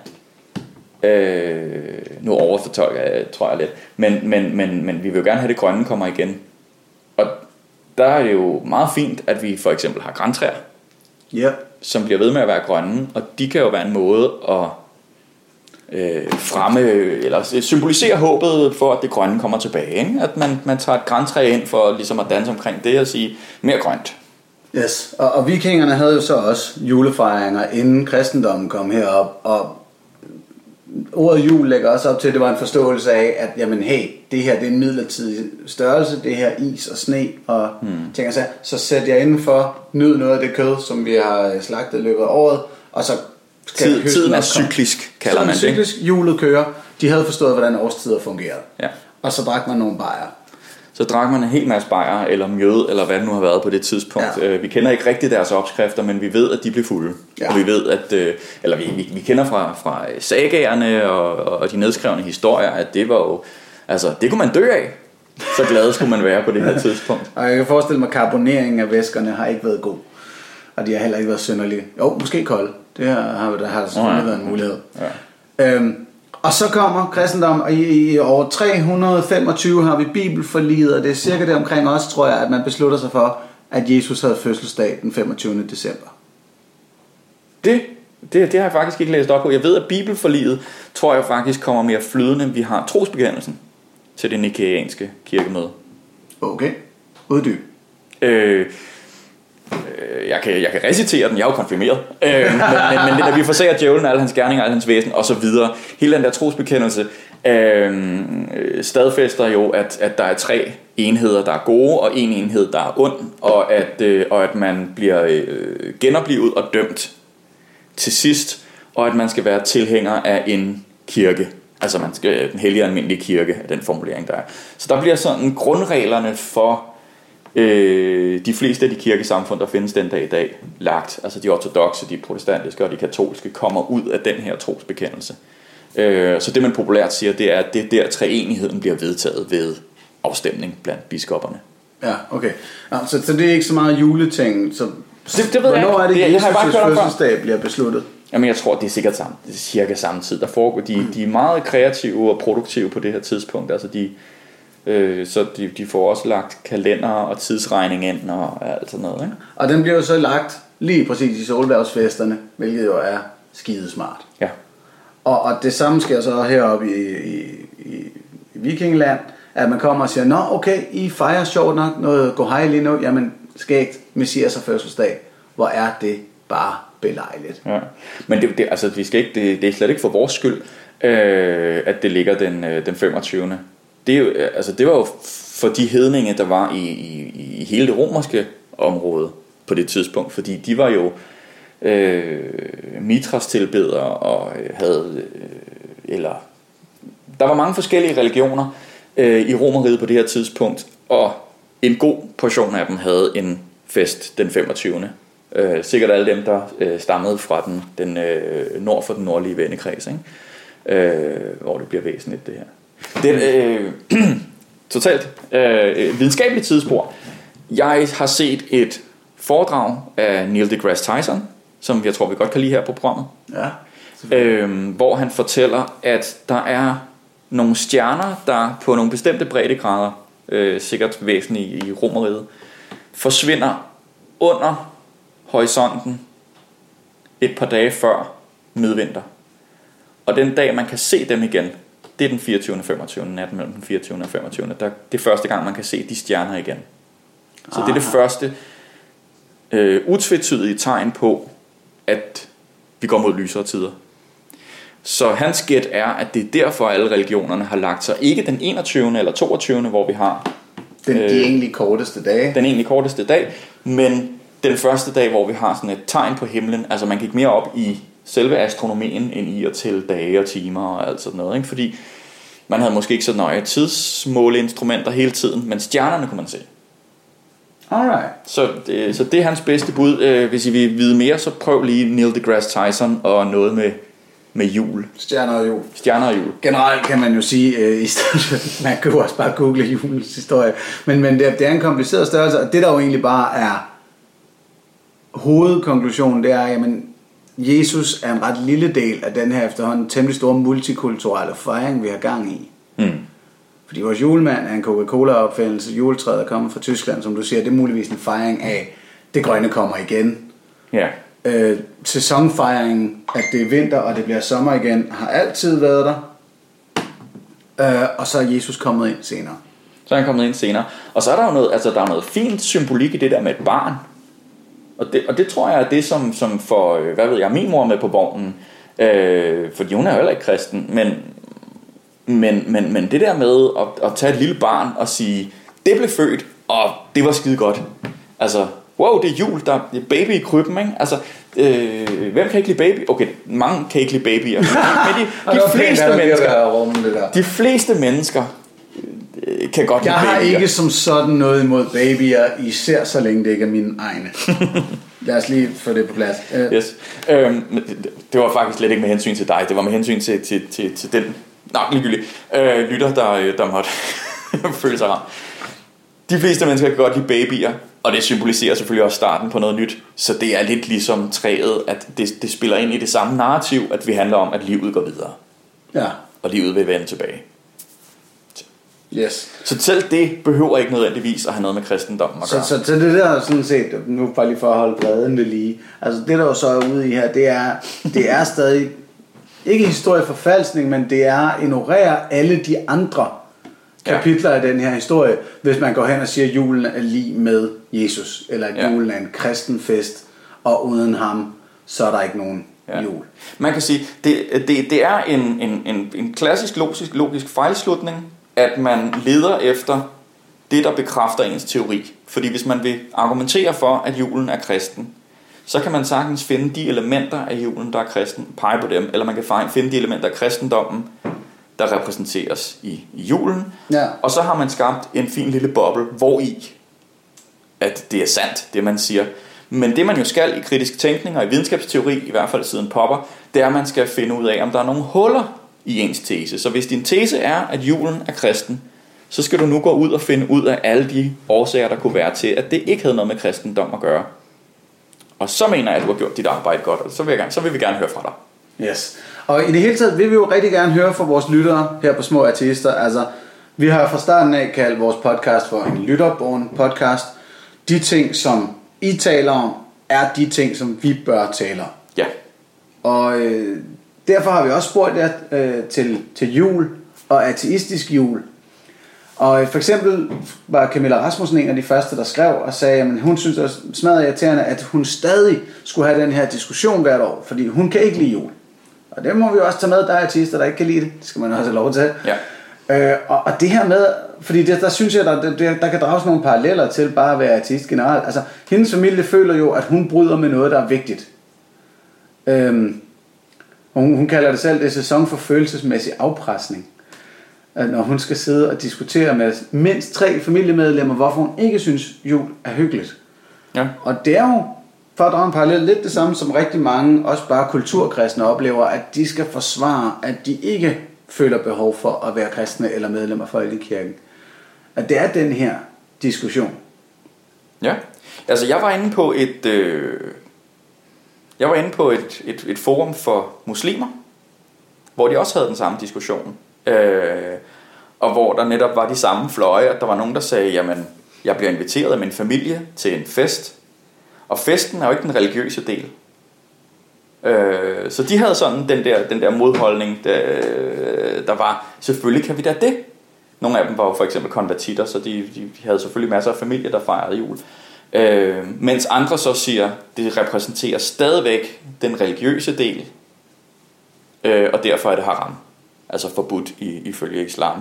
øh, nu overfortolker jeg, tror jeg lidt, men, men, men, men vi vil jo gerne have, det grønne kommer igen. Og der er det jo meget fint, at vi for eksempel har grantræer, yeah. som bliver ved med at være grønne, og de kan jo være en måde at øh, fremme, eller symbolisere håbet for, at det grønne kommer tilbage, ikke? At man, man tager et grantræ ind for ligesom at danse omkring det og sige, mere grønt. Yes, og, og vikingerne havde jo så også julefejringer, inden kristendommen kom herop, og ordet jul lægger også op til, at det var en forståelse af, at jamen hey, det her det er en midlertidig størrelse, det her is og sne og hmm. ting og så, så sæt jeg indenfor, nyd noget af det kød, som vi har slagtet i løbet af året, og så skal Tid, tiden er cyklisk, kalder man det. Cyklisk, julet kører, de havde forstået, hvordan årstider fungerede. Ja. Og så drak man nogle bajer. Så drak man en hel masse bajer, eller mjød, eller hvad det nu har været på det tidspunkt. Ja. Vi kender ikke rigtig deres opskrifter, men vi ved, at de blev fulde. Ja. Og vi ved, at, eller vi, vi, vi kender fra, fra sagaerne og, og de nedskrevne historier, at det var jo, altså det kunne man dø af. Så glad skulle man være på det her tidspunkt. Og jeg kan forestille mig, at karboneringen af væskerne har ikke været god. Og de har heller ikke været synderlige. Jo, måske kolde. Det her har der har selvfølgelig oh, ja. været en mulighed. Ja. Øhm, Og så kommer kristendom, og i, i år tre hundrede femogtyve har vi bibelforliget, og det er cirka det omkring os, tror jeg, at man beslutter sig for, at Jesus havde fødselsdag den femogtyvende december. Det, det, det har jeg faktisk ikke læst op på. Jeg ved, at bibelforliget, tror jeg faktisk kommer mere flydende, end vi har trosbekendelsen til det nikæanske kirkemøde. Okay, uddyb. Øh... Jeg kan, jeg kan recitere den, jeg er jo konfirmeret, øh, men, men, men når vi forsager djævlen og alle hans gerninger, alle hans væsen og så videre, hele den der trosbekendelse øh, stadfæster jo, at, at der er tre enheder, der er gode, og en enhed, der er ond, og at, øh, og at man bliver øh, genoplivet og dømt til sidst, og at man skal være tilhænger af en kirke, altså man skal den hellige almindelige kirke, af den formulering der er. Så der bliver sådan grundreglerne for Øh, de fleste af de kirkesamfund, der findes den dag i dag, lagt. Altså de ortodokse, de protestantiske og de katolske kommer ud af den her trosbekendelse. øh, Så det man populært siger, det er, at det der treenigheden bliver vedtaget ved afstemning blandt biskopperne. Ja, okay. Ja, så, så det er ikke så meget juleting. Så det, det ved jeg hvornår er det, det, Jesus' fødselsdag bliver besluttet? Jamen jeg tror, det er sikkert samme, det er cirka samme tid. Der foregår, de, de er meget kreative og produktive på det her tidspunkt. Altså de Så de, de får også lagt kalender og tidsregning ind og alt sådan noget, ikke? Og den bliver jo så lagt lige præcis i solhvervsfesterne, hvilket jo er skidesmart. Ja. Og, og det samme sker så heroppe i, i, i, i Vikingland, at man kommer og siger, nå okay, I fejrer sjovt nok noget gå hej lige nu, jamen skægt, Messias og fødselsdag, hvor er det bare belejligt. Ja. Men det, det, altså, vi skal ikke, det, det er slet ikke for vores skyld, øh, at det ligger den, den femogtyvende Det, er jo, altså det var jo for de hedninge, der var i, i, i hele det romerske område på det tidspunkt, fordi de var jo øh, Mitras tilbedere og havde, øh, eller der var mange forskellige religioner øh, i Romerriget på det her tidspunkt, og en god portion af dem havde en fest den femogtyvende Øh, sikkert alle dem, der øh, stammede fra den, den øh, nord for den nordlige vennekreds, ikke? Øh, hvor det bliver væsentligt det her. Det er øh, totalt øh, videnskabeligt tidsspor. Jeg har set et foredrag af Neil deGrasse Tyson, som jeg tror vi godt kan lide her på programmet, ja, øh, hvor han fortæller, at der er nogle stjerner, der på nogle bestemte breddegrader, øh, sikkert væsentligt i, i Romerriget, forsvinder under horisonten et par dage før midvinter. Og den dag, man kan se dem igen, det er den fireogtyvende og femogtyvende, natten mellem den fireogtyvende og femogtyvende. Der, det er første gang, man kan se de stjerner igen. Så Aha. det er det første øh, utvetydige tegn på, at vi går mod lysere tider. Så hans gæt er, at det er derfor, alle religionerne har lagt sig. Ikke den enogtyvende eller toogtyvende, hvor vi har den øh, de egentlig korteste dag. Den egentlig korteste dag, men den første dag, hvor vi har sådan et tegn på himlen. Altså man gik mere op i selve astronomien, end i at tælle dage og timer og alt sådan noget. Ikke? Fordi man havde måske ikke så nøje tidsmåleinstrumenter hele tiden, men stjernerne kunne man se. Alright. Så, det, så det er hans bedste bud. Hvis I vil vide mere, så prøv lige Neil deGrasse Tyson og noget med, med jul. Stjerner og jul. Stjerner og jul. Generelt kan man jo sige, øh, i stedet, man kan jo også bare google julens historie, men, men det, det er en kompliceret størrelse, og det der jo egentlig bare er hovedkonklusionen, det er, jamen, Jesus er en ret lille del af den her efterhånden temmelig store multikulturelle fejring, vi har gang i. Mm. Fordi vores julemand er en Coca-Cola-opfindelse, juletræet er kommet fra Tyskland, som du siger, det er muligvis en fejring af, det grønne kommer igen. Ja. Øh, sæsonfejringen, at det er vinter og det bliver sommer igen, har altid været der. Øh, og så er Jesus kommet ind senere. Så er han kommet ind senere. Og så er der jo noget, altså der er noget fint symbolik i det der med et barn. Og det, og det tror jeg er det, som, som får, hvad ved jeg, min mor med på vognen. Øh, fordi hun er jo heller ikke kristen. Men, men, men, men det der med at, at tage et lille barn og sige, det blev født, og det var skide godt. Altså, wow, det er jul, der er baby i krybben, ikke? Altså, øh, hvem kan ikke lide baby? Okay, mange kan ikke lide babyer. Men de, de, fleste, mennesker, de fleste mennesker kan godt lide babyer. Jeg har babyer. ikke som sådan noget imod babyer, især så længe det ikke er mine egne. Lad os lige få det på plads. Uh. Yes. øhm, Det var faktisk slet ikke med hensyn til dig. Det var med hensyn til, til, til, til den Nå, ligegyldigt øh, lytter, der, der måtte føle sig ramt. De fleste mennesker kan godt lide babyer, og det symboliserer selvfølgelig også starten på noget nyt. Så det er lidt ligesom træet, at det, det spiller ind i det samme narrativ, at vi handler om, at livet går videre. Ja. Og livet vil vende tilbage. Yes. Så selv det behøver ikke nødvendigvis at have noget med kristendommen at gøre. Så, så, så det der sådan set, nu bare lige for at holde bredden ved lige, altså det der jo så er ude i her, det er, det er stadig ikke historieforfalskning, men det er at ignorere alle de andre kapitler af den her historie, hvis man går hen og siger, at julen er lige med Jesus, eller at ja. julen er en kristen fest, og uden ham, så er der ikke nogen ja. jul. Man kan sige, det, det, det er en, en, en, en klassisk logisk, logisk fejlslutning, at man leder efter det, der bekræfter ens teori. Fordi hvis man vil argumentere for, at julen er kristen, så kan man sagtens finde de elementer af julen, der er kristen, pege på dem, eller man kan finde de elementer af kristendommen, der repræsenteres i, i julen. Ja. Og så har man skabt en fin lille boble, hvor i at det er sandt, det man siger. Men det man jo skal i kritisk tænkning og i videnskabsteori, i hvert fald siden popper, det er, at man skal finde ud af, om der er nogle huller i ens tese. Så hvis din tese er, at julen er kristen, så skal du nu gå ud og finde ud af alle de årsager, der kunne være til, at det ikke havde noget med kristendom at gøre. Og så mener jeg, at du har gjort dit arbejde godt, og så vil, jeg gerne, så vil vi gerne høre fra dig. Yes. Og i det hele taget vil vi jo rigtig gerne høre fra vores lyttere her på Små Ateister. Altså, vi har fra starten af kaldt vores podcast for en lytterborgen podcast. De ting, som I taler om, er de ting, som vi bør tale om. Ja. Og øh, derfor har vi også spurgt jer øh, til, til jul og ateistisk jul. Og øh, for eksempel var Camilla Rasmussen en af de første, der skrev og sagde, at hun synes, det var smadret irriterende, at hun stadig skulle have den her diskussion hvert år, fordi hun kan ikke lide jul. Og det må vi også tage med, der er ateister, der ikke kan lide det. Det skal man også have lov til. Ja. Øh, og, og det her med, fordi det, der synes jeg, der, der, der kan drages nogle paralleller til bare at være ateist generelt. Altså, hendes familie føler jo, at hun bryder med noget, der er vigtigt. Øhm, hun, hun kalder det selv, det er sæson for følelsesmæssig afpresning. At når hun skal sidde og diskutere med mindst tre familiemedlemmer, hvorfor hun ikke synes, jul er hyggeligt. Ja. Og det er jo, for at drage en parallel, lidt det samme som rigtig mange, også bare kulturkristne oplever, at de skal forsvare, at de ikke føler behov for at være kristne eller medlemmer af Folkekirken. At det er den her diskussion. Ja, altså jeg var inde på et, øh, jeg var inde på et, et, et forum for muslimer, hvor de også havde den samme diskussion. Øh, og hvor der netop var de samme fløje, at der var nogen, der sagde, jamen, jeg bliver inviteret af min familie til en fest, og festen er jo ikke den religiøse del. Øh, så de havde sådan den der, den der modholdning, der, der var, selvfølgelig kan vi da det. Nogle af dem var jo for eksempel konvertitter, så de, de havde selvfølgelig masser af familier, der fejrede jul. Øh, mens andre så siger, det repræsenterer stadigvæk den religiøse del, øh, og derfor er det haram, altså forbudt i, ifølge islam.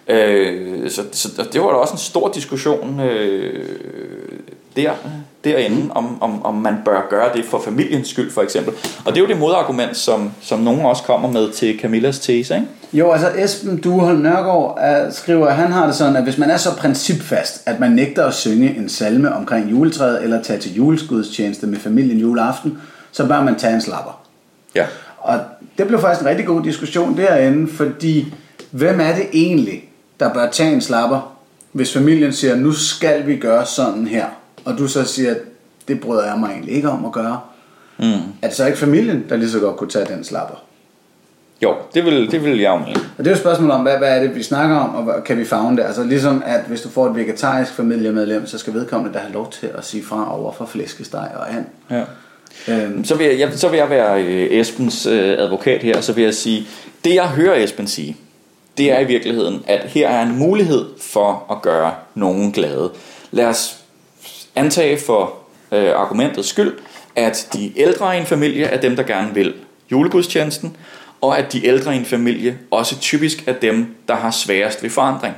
Øh, så, så det var da også en stor diskussion øh, der, derinde, om, om, om man bør gøre det for familiens skyld for eksempel. Og det er jo det modargument, som, som nogen også kommer med til Camillas tese, ikke? Jo, altså Esben Dueholm Nørgaard er, skriver, at han har det sådan, at hvis man er så principfast, at man nægter at synge en salme omkring juletræet, eller tage til julesgudstjeneste med familien juleaften, så bør man tage en slapper. Ja. Og det blev faktisk en rigtig god diskussion derinde, fordi hvem er det egentlig, der bør tage en slapper, hvis familien siger, nu skal vi gøre sådan her, og du så siger, det bryder jeg mig egentlig ikke om at gøre. Mm. Er det så ikke familien, der lige så godt kunne tage den slapper? Jo, det vil, det vil jeg jo mene. Og det er jo et spørgsmål om, hvad, hvad er det, vi snakker om, og hvad, kan vi favne det? Altså ligesom, at hvis du får et vegetarisk familiemedlem, så skal vedkommende da have lov til at sige fra over for flæskesteg og and. Ja. Øhm. Så, vil jeg, jeg, så vil jeg være Esbens øh, advokat her, så vil jeg sige, det jeg hører Esben sige, det er i virkeligheden, at her er en mulighed for at gøre nogen glade. Lad os antage for øh, argumentets skyld, at de ældre i en familie er dem, der gerne vil julegudstjenesten, og at de ældre i en familie også typisk er dem, der har sværest ved forandring.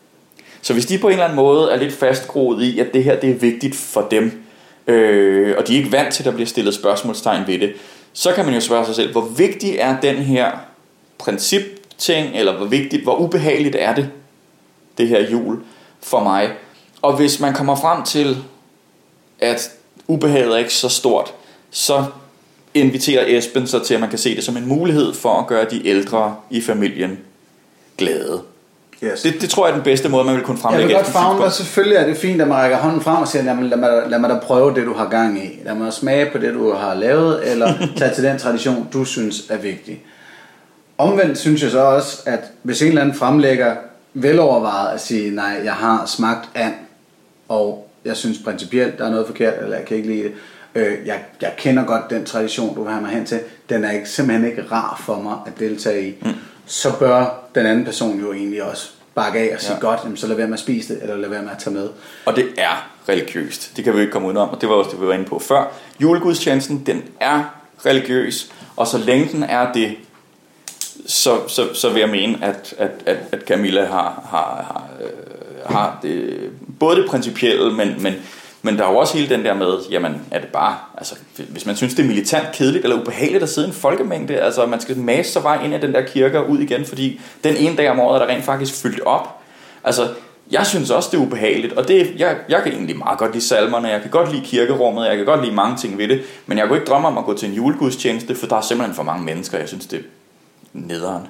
Så hvis de på en eller anden måde er lidt fastgroet i, at det her det er vigtigt for dem, øh, og de er ikke vant til, at der bliver stillet spørgsmålstegn ved det, så kan man jo spørge sig selv, hvor vigtig er den her principting, eller hvor vigtigt, hvor ubehageligt er det, det her jul for mig. Og hvis man kommer frem til, at ubehaget er ikke så stort, så inviterer Esben så til, at man kan se det som en mulighed for at gøre de ældre i familien glade. Yes. Det, det tror jeg er den bedste måde, man vil kunne fremlægge. Jeg vil godt favne, og selvfølgelig er det fint, at man rækker hånden frem og siger, lad mig, lad, mig, lad mig da prøve det, du har gang i. Lad mig smage på det, du har lavet, eller tage til den tradition, du synes er vigtig. Omvendt synes jeg så også, at hvis en eller anden fremlægger velovervejet at sige, nej, jeg har smagt and, og jeg synes principielt, der er noget forkert, eller jeg kan ikke lide det, øh, jeg, jeg kender godt den tradition, du vil have mig hen til, den er ikke, simpelthen ikke rar for mig at deltage i, mm. så bør den anden person jo egentlig også bakke af og sige, ja. godt, jamen, så lad være med at spise det, eller lad være med at tage med. Og det er religiøst, det kan vi ikke komme udenom, og det var også det, vi var inde på før. Julegudstjenesten, den er religiøs, og så længe den er det, så, så, så vil jeg mene, at, at, at, at Camilla har, har, har, øh, har det, både det principielle, men, men, men der er jo også hele den der med, jamen er det bare, altså hvis man synes det er militant kedeligt eller ubehageligt at sidde i en folkemængde, altså man skal mase sig vej ind i den der kirke og ud igen, fordi den ene dag om året er der rent faktisk fyldt op. Altså jeg synes også det er ubehageligt, og det, jeg, jeg kan egentlig meget godt lide salmerne, jeg kan godt lide kirkerummet, jeg kan godt lide mange ting ved det, men jeg kunne ikke drømme om at gå til en julegudstjeneste, for der er simpelthen for mange mennesker, jeg synes det nederen.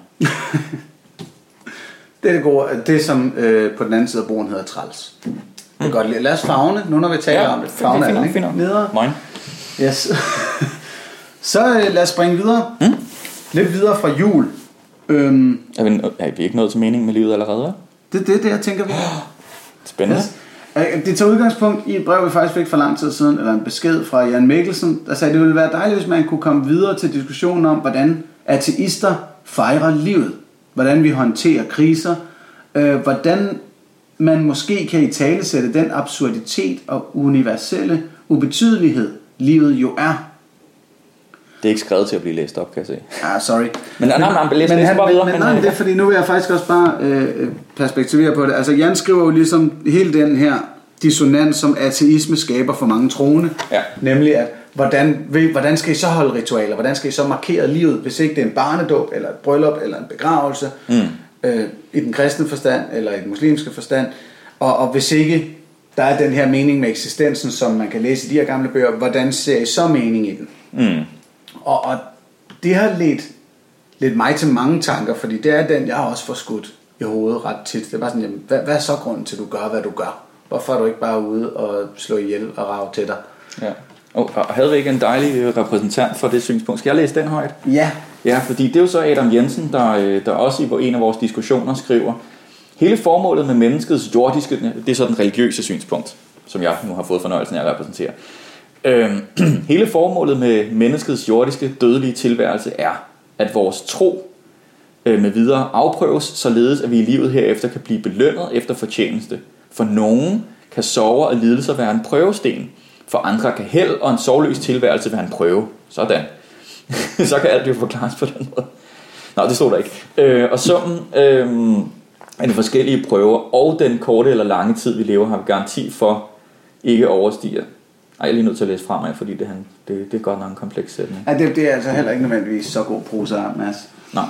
Det er det gode, det som øh, på den anden side af broen hedder træls. Mm. Det er godt lide. Lad os favne, nu når vi taler ja, om det. Favne er det, ikke? Nederen. Yes. Så øh, lad os springe videre. Mm. Lidt videre fra jul. Øhm, er, vi, er vi ikke nået til meningen med livet allerede? Det er det, det, jeg tænker vi. Spændende. Yes. Det tager udgangspunkt i et brev, vi faktisk fik for lang tid siden, eller en besked fra Jan Mikkelsen, der sagde, at det ville være dejligt, hvis man kunne komme videre til diskussionen om, hvordan ateister fejrer livet, hvordan vi håndterer kriser, øh, hvordan man måske kan italesætte den absurditet og universelle ubetydelighed, livet jo er. Det er ikke skrevet til at blive læst op, kan jeg se. Ah, sorry. Men nej, nej, men, læs, men, læs han, bare videre. Men, men nej, det er fordi, nu vil jeg faktisk også bare øh, perspektivere på det. Altså Jan skriver jo ligesom hele den her dissonans, som ateisme skaber for mange troende. Ja. Nemlig at, hvordan, hvordan skal I så holde ritualer? Hvordan skal I så markere livet, hvis ikke det er en barnedåb, eller et bryllup, eller en begravelse, mm. øh, i den kristne forstand, eller i den muslimske forstand. Og, og hvis ikke der er den her mening med eksistensen, som man kan læse i de her gamle bøger, hvordan ser I så mening i den? Mm. Og, og det har ledt, ledt mig til mange tanker, fordi det er den, jeg har også får skudt i hovedet ret tit. Det er bare sådan, jamen, hvad, hvad er så grunden til, at du gør, hvad du gør? Hvorfor er du ikke bare ude og slå ihjel og rave til dig? Ja. Oh, og havde vi ikke en dejlig repræsentant for det synspunkt? Skal jeg læse den højt? Ja. Ja, fordi det er jo så Adam Jensen, der, der også i en af vores diskussioner skriver, hele formålet med menneskets jordiske, det er så den religiøse synspunkt, som jeg nu har fået fornøjelsen af at repræsentere. Øhm, hele formålet med menneskets jordiske dødelige tilværelse er, at vores tro øh, med videre afprøves, således at vi i livet herefter kan blive belønnet efter fortjeneste. For nogen kan sorger og lidelser være en prøvesten, for andre kan held og en sorgløs tilværelse være en prøve. Sådan. Så kan alt jo forklares på den måde. Nå, det stod der ikke. Øh, og summen øh, af de forskellige prøver og den korte eller lange tid, vi lever, har vi garanti for ikke overstiger. Ej, jeg er lige nødt til at læse fra mig, fordi det, han, det, det er godt nok en kompleks sætning. Ja, det, det er altså heller ikke nødvendigvis så god prosa, Mads. Nej.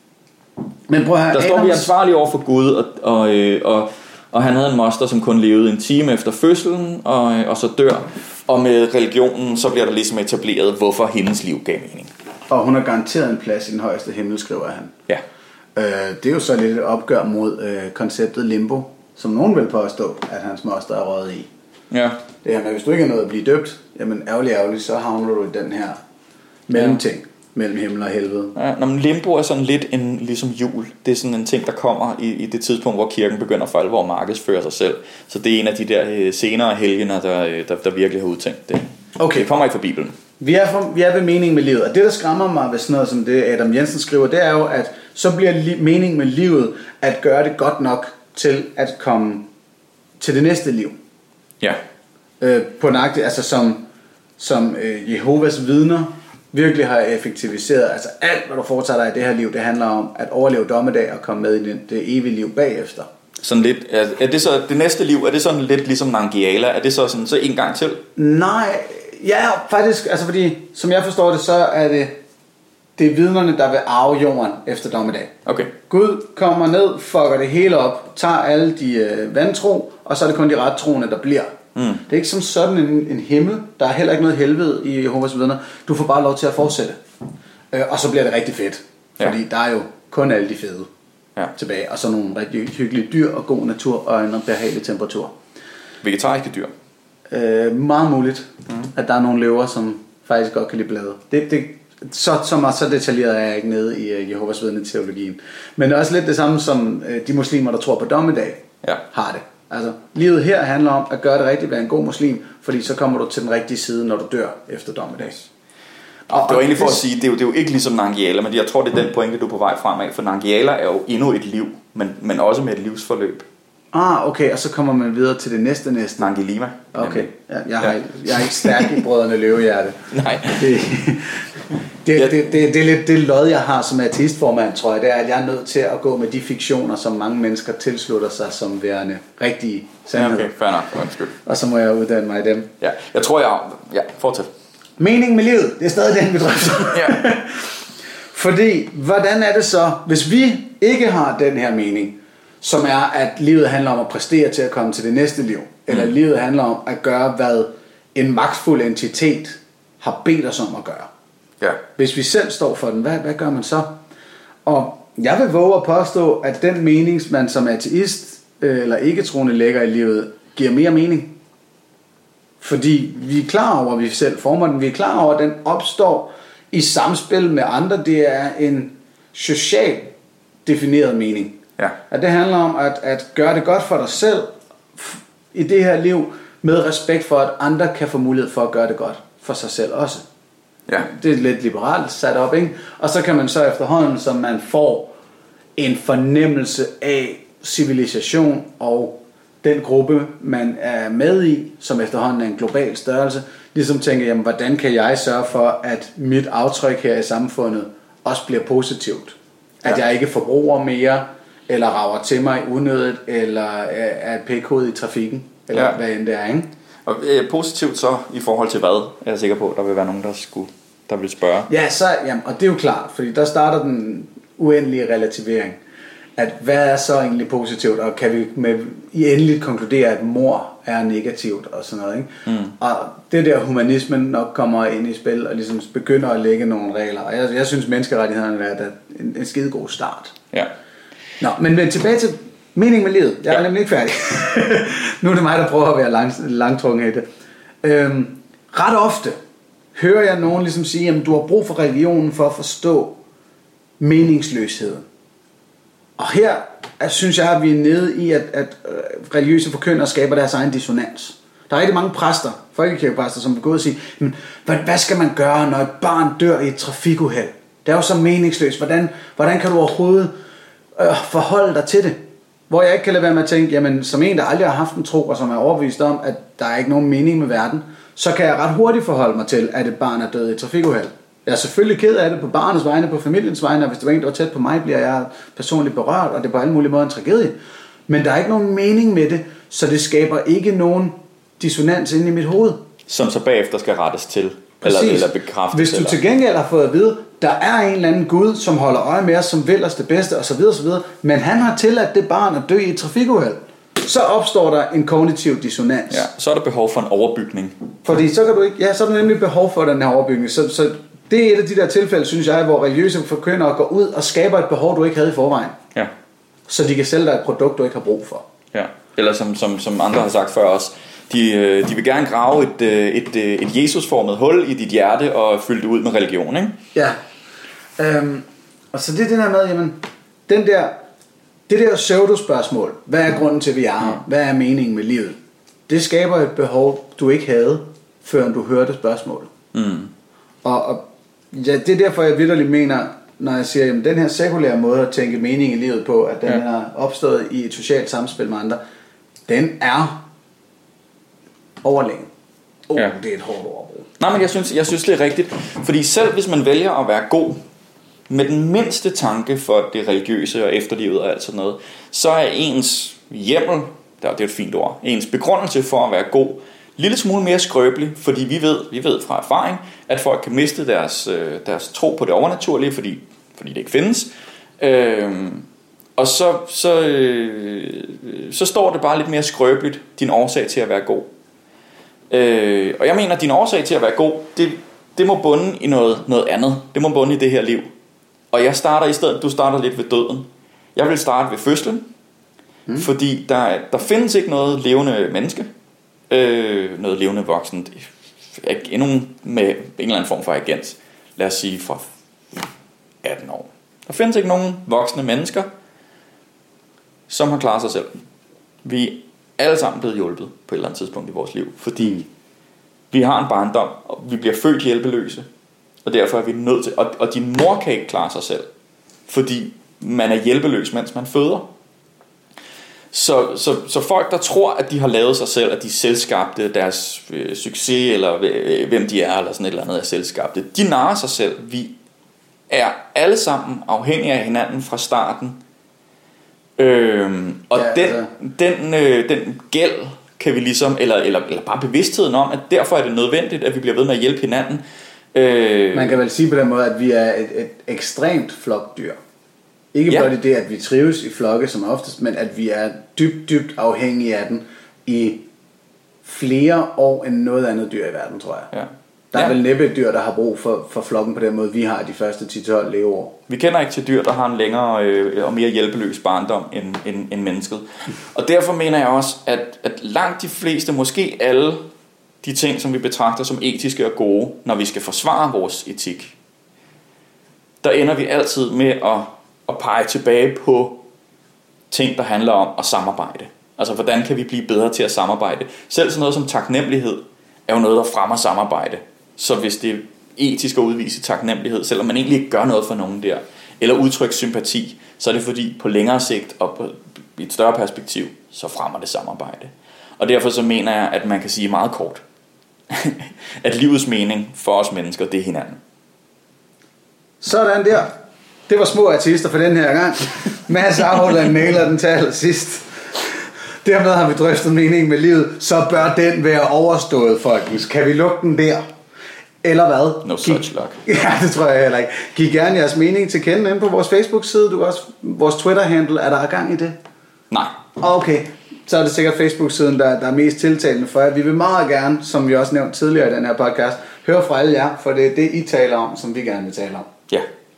Men prøv at høre, der står, Adams... vi er ansvarlige over for Gud, og, og, øh, og, og han havde en moster, som kun levede en time efter fødslen, og, og så dør. Og med religionen, så bliver der ligesom etableret, hvorfor hendes liv gav mening. Og hun har garanteret en plads i den højeste himmel, skriver han. Ja. Øh, det er jo så lidt et opgør mod øh, konceptet limbo, som nogen vil påstå, at hans moster er røget i. Ja. Det her med, hvis du ikke er nået at blive døbt, jamen ærgerlig ærgerlig, så havner du i den her mellemting, ja. mellem himmel og helvede. Ja, når man limbo er sådan lidt en, ligesom jul. Det er sådan en ting, der kommer i, i det tidspunkt, hvor kirken begynder for alvor at markedsføre sig selv. Så det er en af de der øh, senere helgener, der, der, der virkelig har udtænkt det. Okay. Det kommer ikke fra Bibelen. Vi er, for, vi er ved meningen med livet, og det der skræmmer mig ved sådan noget som det Adam Jensen skriver, det er jo, at så bliver li- meningen med livet at gøre det godt nok til at komme til det næste liv. Ja. Øh, på nøjagtigt, altså som, som øh, Jehovas vidner virkelig har effektiviseret, altså alt hvad du foretager dig i det her liv, det handler om at overleve dommedag og komme med i det, det evige liv bagefter. Sådan lidt, er, er det så det næste liv, er det sådan lidt ligesom Nangiala, er det så sådan så en gang til? Nej, ja faktisk, altså fordi som jeg forstår det, så er det det er vidnerne, der vil arve jorden efter dommedag. Okay. Gud kommer ned, fucker det hele op, tager alle de øh, vantro, og så er det kun de rettroende, der bliver. Mm. Det er ikke som sådan en, en himmel. Der er heller ikke noget helvede i Jehovas vidner. Du får bare lov til at fortsætte. øh, Og så bliver det rigtig fedt. Fordi ja. der er jo kun alle de fede ja. tilbage. Og så nogle rigtig hyggelige dyr og god natur og en behagelig temperatur. Vegetariske dyr? øh, Meget muligt mm. at der er nogle løver, som faktisk godt kan lide blade. Det, det, så, så, så detaljeret er jeg ikke nede i uh, Jehovas vidne teologien. Men også lidt det samme som uh, de muslimer, der tror på dommedag ja. har det. Altså, livet her handler om at gøre det rigtigt, være en god muslim, fordi så kommer du til den rigtige side, når du dør efter dommedag. Og det var egentlig for at sige, det er jo, det er jo ikke ligesom Nangiala, men jeg tror, det er den pointe, du er på vej fremad, for Nangiala er jo endnu et liv, men, men også med et livsforløb. Ah, okay, og så kommer man videre til det næste næste. Nangilima. Okay, ja, jeg, har, ja. jeg er ikke stærk i Brødrene Løvehjerte. Nej. Det, det, det, det, det, det er lidt det lod, jeg har som ateistformand, tror jeg, det er, at jeg er nødt til at gå med de fiktioner, som mange mennesker tilslutter sig som værende rigtige sandheder. Ja, okay, fair nok, undskyld. Og så må jeg uddanne mig i dem. Ja, jeg tror, jeg... Ja, fortsæt. Mening med livet, det er stadig den, vi drøfter. Ja. Fordi, hvordan er det så, hvis vi ikke har den her mening, som er, at livet handler om at præstere til at komme til det næste liv, eller mm. livet handler om at gøre, hvad en magtfuld entitet har bedt os om at gøre. Ja. Hvis vi selv står for den, hvad, hvad gør man så? Og jeg vil våge at påstå, at den mening, man som ateist øh, eller ikke-troende lægger i livet, giver mere mening. Fordi vi er klar over, at vi selv former den. Vi er klar over, at den opstår i samspil med andre. Det er en socialt defineret mening. Ja. At det handler om at, at gøre det godt for dig selv i det her liv, med respekt for, at andre kan få mulighed for at gøre det godt for sig selv også. Ja. Det er lidt liberalt sat op, ikke? Og så kan man så efterhånden, som man får en fornemmelse af civilisation og den gruppe, man er med i, som efterhånden er en global størrelse, ligesom tænke, jamen, hvordan kan jeg sørge for, at mit aftryk her i samfundet også bliver positivt? At ja. jeg ikke forbruger mere, eller rager til mig unødigt, eller er et p-kode i trafikken, eller ja. hvad end det er, ikke? Og øh, positivt så i forhold til hvad? Jeg er sikker på, at der vil være nogen, der skulle, der vil spørge. Ja, så, jamen, og det er jo klart, fordi der starter den uendelige relativering. At hvad er så egentlig positivt, og kan vi med i endeligt konkludere, at mor er negativt og sådan noget, ikke? Mm. Og det der humanismen nok kommer ind i spil og ligesom begynder at lægge nogle regler. Og jeg, jeg synes menneskerettighederne er en, en skidegod start. Ja. Nå, men, men tilbage til meningen med livet. Jeg er ja. nemlig ikke færdig. Nu er det mig, der prøver at være lang, langtrungen i det. Øhm, ret ofte hører jeg nogen ligesom sige, at du har brug for religionen for at forstå meningsløsheden. Og her synes jeg, at vi er nede i, at, at religiøse forkyndere skaber deres egen dissonans. Der er rigtig mange præster, folkekirkepræster, som vil gå ud og sige, men hvad, hvad skal man gøre, når et barn dør i et trafikuheld? Det er jo så meningsløst. Hvordan, hvordan kan du overhovedet øh, forholde dig til det? Hvor jeg ikke kan lade være med at tænke, jamen som en, der aldrig har haft en tro, og som er overbevist om, at der er ikke nogen mening med verden, så kan jeg ret hurtigt forholde mig til, at et barn er død i et trafikuheld. Jeg er selvfølgelig ked af det på barnets vegne, på familiens vegne, og hvis det var en, der var tæt på mig, bliver jeg personligt berørt, og det er på alle mulige måder en tragedie. Men der er ikke nogen mening med det, så det skaber ikke nogen dissonans inde i mit hoved. Som så bagefter skal rettes til, eller, eller bekræftes. Hvis du eller... til gengæld har fået at vide, der er en eller anden Gud, som holder øje med os, som vil os det bedste, osv. osv., men han har tilladt det barn at dø i et trafikuheld, så opstår der en kognitiv dissonans. Ja, så er der behov for en overbygning. Fordi så kan du ikke, ja, så er der nemlig behov for den her overbygning. Så, så det er et af de der tilfælde, synes jeg, hvor religiøse forkyndere går ud og skaber et behov, du ikke havde i forvejen. Ja. Så de kan sælge dig et produkt, du ikke har brug for. Ja. Eller som, som, som andre har sagt før også, de, de vil gerne grave et, et, et Jesus-formet hul i dit hjerte og fylde det ud med religion, ikke? Ja. Øhm, og så det er den her med, jamen, den der, det der pseudo-spørgsmål, hvad er grunden til, at vi er her? Hvad er meningen med livet? Det skaber et behov, du ikke havde, før du hørte spørgsmålet. Mm. Og, og ja, det er derfor, jeg vitterligt mener, når jeg siger, at den her sekulære måde at tænke mening i livet på, at den ja. er opstået i et socialt samspil med andre, den er overlegen. Oh, ja. Det er et hårdt overbrug. Nej, men jeg synes, jeg synes det er rigtigt. Fordi selv hvis man vælger at være god, med den mindste tanke for det religiøse og efterlivet og alt sådan noget, så er ens hjemmel, det er et fint ord, ens begrundelse for at være god, lille smule mere skrøbelig, fordi vi ved, vi ved fra erfaring, at folk kan miste deres, deres tro på det overnaturlige, fordi, fordi det ikke findes. Øhm, og så, så, øh, så står det bare lidt mere skrøbeligt, din årsag til at være god. Øh, og jeg mener, at din årsag til at være god, det, det må bunde i noget, noget andet. Det må bunde i det her liv. Og jeg starter i stedet, du starter lidt ved døden. Jeg vil starte ved fødslen, mm. fordi der, der findes ikke noget levende menneske, øh, noget levende voksen, nogen med en eller anden form for agens, lad os sige fra atten år. Der findes ikke nogen voksne mennesker, som har klaret sig selv. Vi er alle sammen blevet hjulpet på et eller andet tidspunkt i vores liv, fordi vi har en barndom, og vi bliver født hjælpeløse, og derfor er vi nødt til, og, og din mor kan ikke klare sig selv, fordi man er hjælpeløs, mens man føder. Så, så, så folk, der tror, at de har lavet sig selv, at de selvskabte deres øh, succes, eller øh, hvem de er, eller sådan et eller andet er selvskabte, de narrer sig selv. Vi er alle sammen afhængige af hinanden fra starten. Øhm, og ja, den, altså. den, øh, den gæld kan vi ligesom, eller, eller, eller bare bevidstheden om, at derfor er det nødvendigt, at vi bliver ved med at hjælpe hinanden. Øh, Man kan vel sige på den måde, at vi er et, et ekstremt flokdyr. Ikke blot ja. i det, at vi trives i flokke som oftest, men at vi er dybt, dybt afhængige af den i flere år end noget andet dyr i verden, tror jeg. Ja. Der er ja. vel næppe et dyr, der har brug for, for flokken på den måde, vi har de første ti til tolv leveår. Vi kender ikke til dyr, der har en længere øh, og mere hjælpeløs barndom end, end, end mennesket. Og derfor mener jeg også, at, at langt de fleste, måske alle de ting, som vi betragter som etiske og gode, når vi skal forsvare vores etik, der ender vi altid med at, at pege tilbage på ting, der handler om at samarbejde. Altså, hvordan kan vi blive bedre til at samarbejde? Selv sådan noget som taknemmelighed er jo noget, der fremmer samarbejde. Så hvis det er etisk at udvise taknemmelighed, selvom man egentlig ikke gør noget for nogen der, eller udtrykke sympati, så er det fordi på længere sigt og på et større perspektiv, så fremmer det samarbejde. Og derfor så mener jeg, at man kan sige meget kort, at livets mening for os mennesker, det er hinanden. Sådan der. Det var små artister for den her gang. Mads Afholland nailer den til allersidst. Dermed har vi drøftet meningen med livet. Så bør den være overstået, folkens. Kan vi lukke den der? Eller hvad? No such luck. Ja, det tror jeg heller ikke. Giv gerne jeres mening til kende inde på vores Facebook-side. Du kan også, vores Twitter-handle. Er der gang i det? Nej. Okay. Så er det sikkert Facebook-siden, der, der er mest tiltalende for jer. Vi vil meget gerne, som vi også nævnte tidligere i den her podcast, høre fra alle jer, for det er det, I taler om, som vi gerne vil tale om. Ja.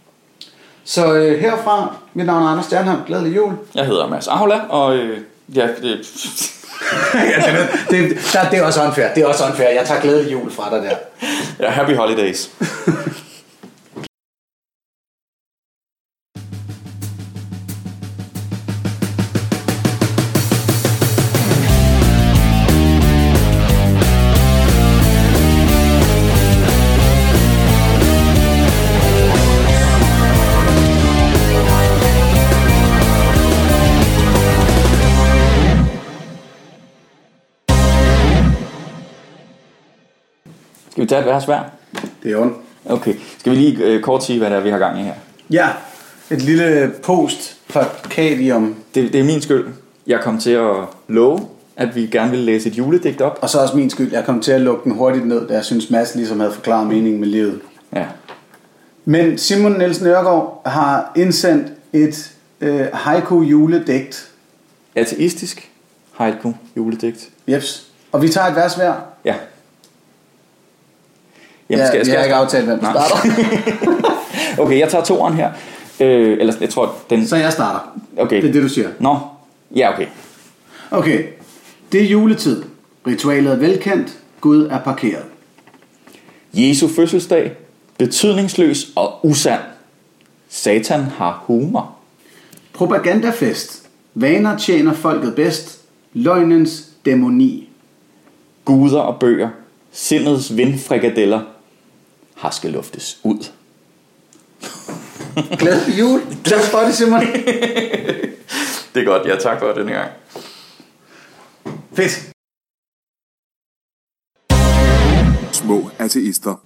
Så øh, herfra, mit navn er Anders Stjernholm. Glædelig jul. Jeg hedder Mads Ahola, og øh, ja, det... ja, det, det, det, det er også unfair. Det er også unfair. Jeg tager glædelig jul fra dig der. Ja, happy holidays. Skal vi tage et vers hver? Det er ondt. Okay. Skal vi lige øh, kort sige, hvad det er, vi har gang i her? Ja, et lille post-plakadium. Det, det er min skyld. Jeg kom til at love, at vi gerne ville læse et juledigt op. Og så også min skyld. Jeg kom til at lukke den hurtigt ned, da jeg synes Mads ligesom havde forklaret meningen med livet. Ja. Men Simon Nielsen Øregård har indsendt et øh, haiku juledigt. Ateistisk haiku juledigt. Jeps. Og vi tager et vers hver. Ja. Jamen, skal, ja, skal jeg har ikke aftalt, hvem der starter. Okay, jeg tager toeren her. Øh, eller jeg tror, den... Så jeg starter. Okay. Det er det, du siger. Nå, ja, okay. Okay. Det er juletid. Ritualet er velkendt. Gud er parkeret. Jesu fødselsdag. Betydningsløs og usand. Satan har humor. Propagandafest. Vaner tjener folket bedst. Løgnens dæmoni. Guder og bøger. Sindets vindfrikadeller. Har skal luftes ud. Glædelig jul. Tak for det, Simon. Det er godt, ja, tak for denne gang. Fedt. Små ateister.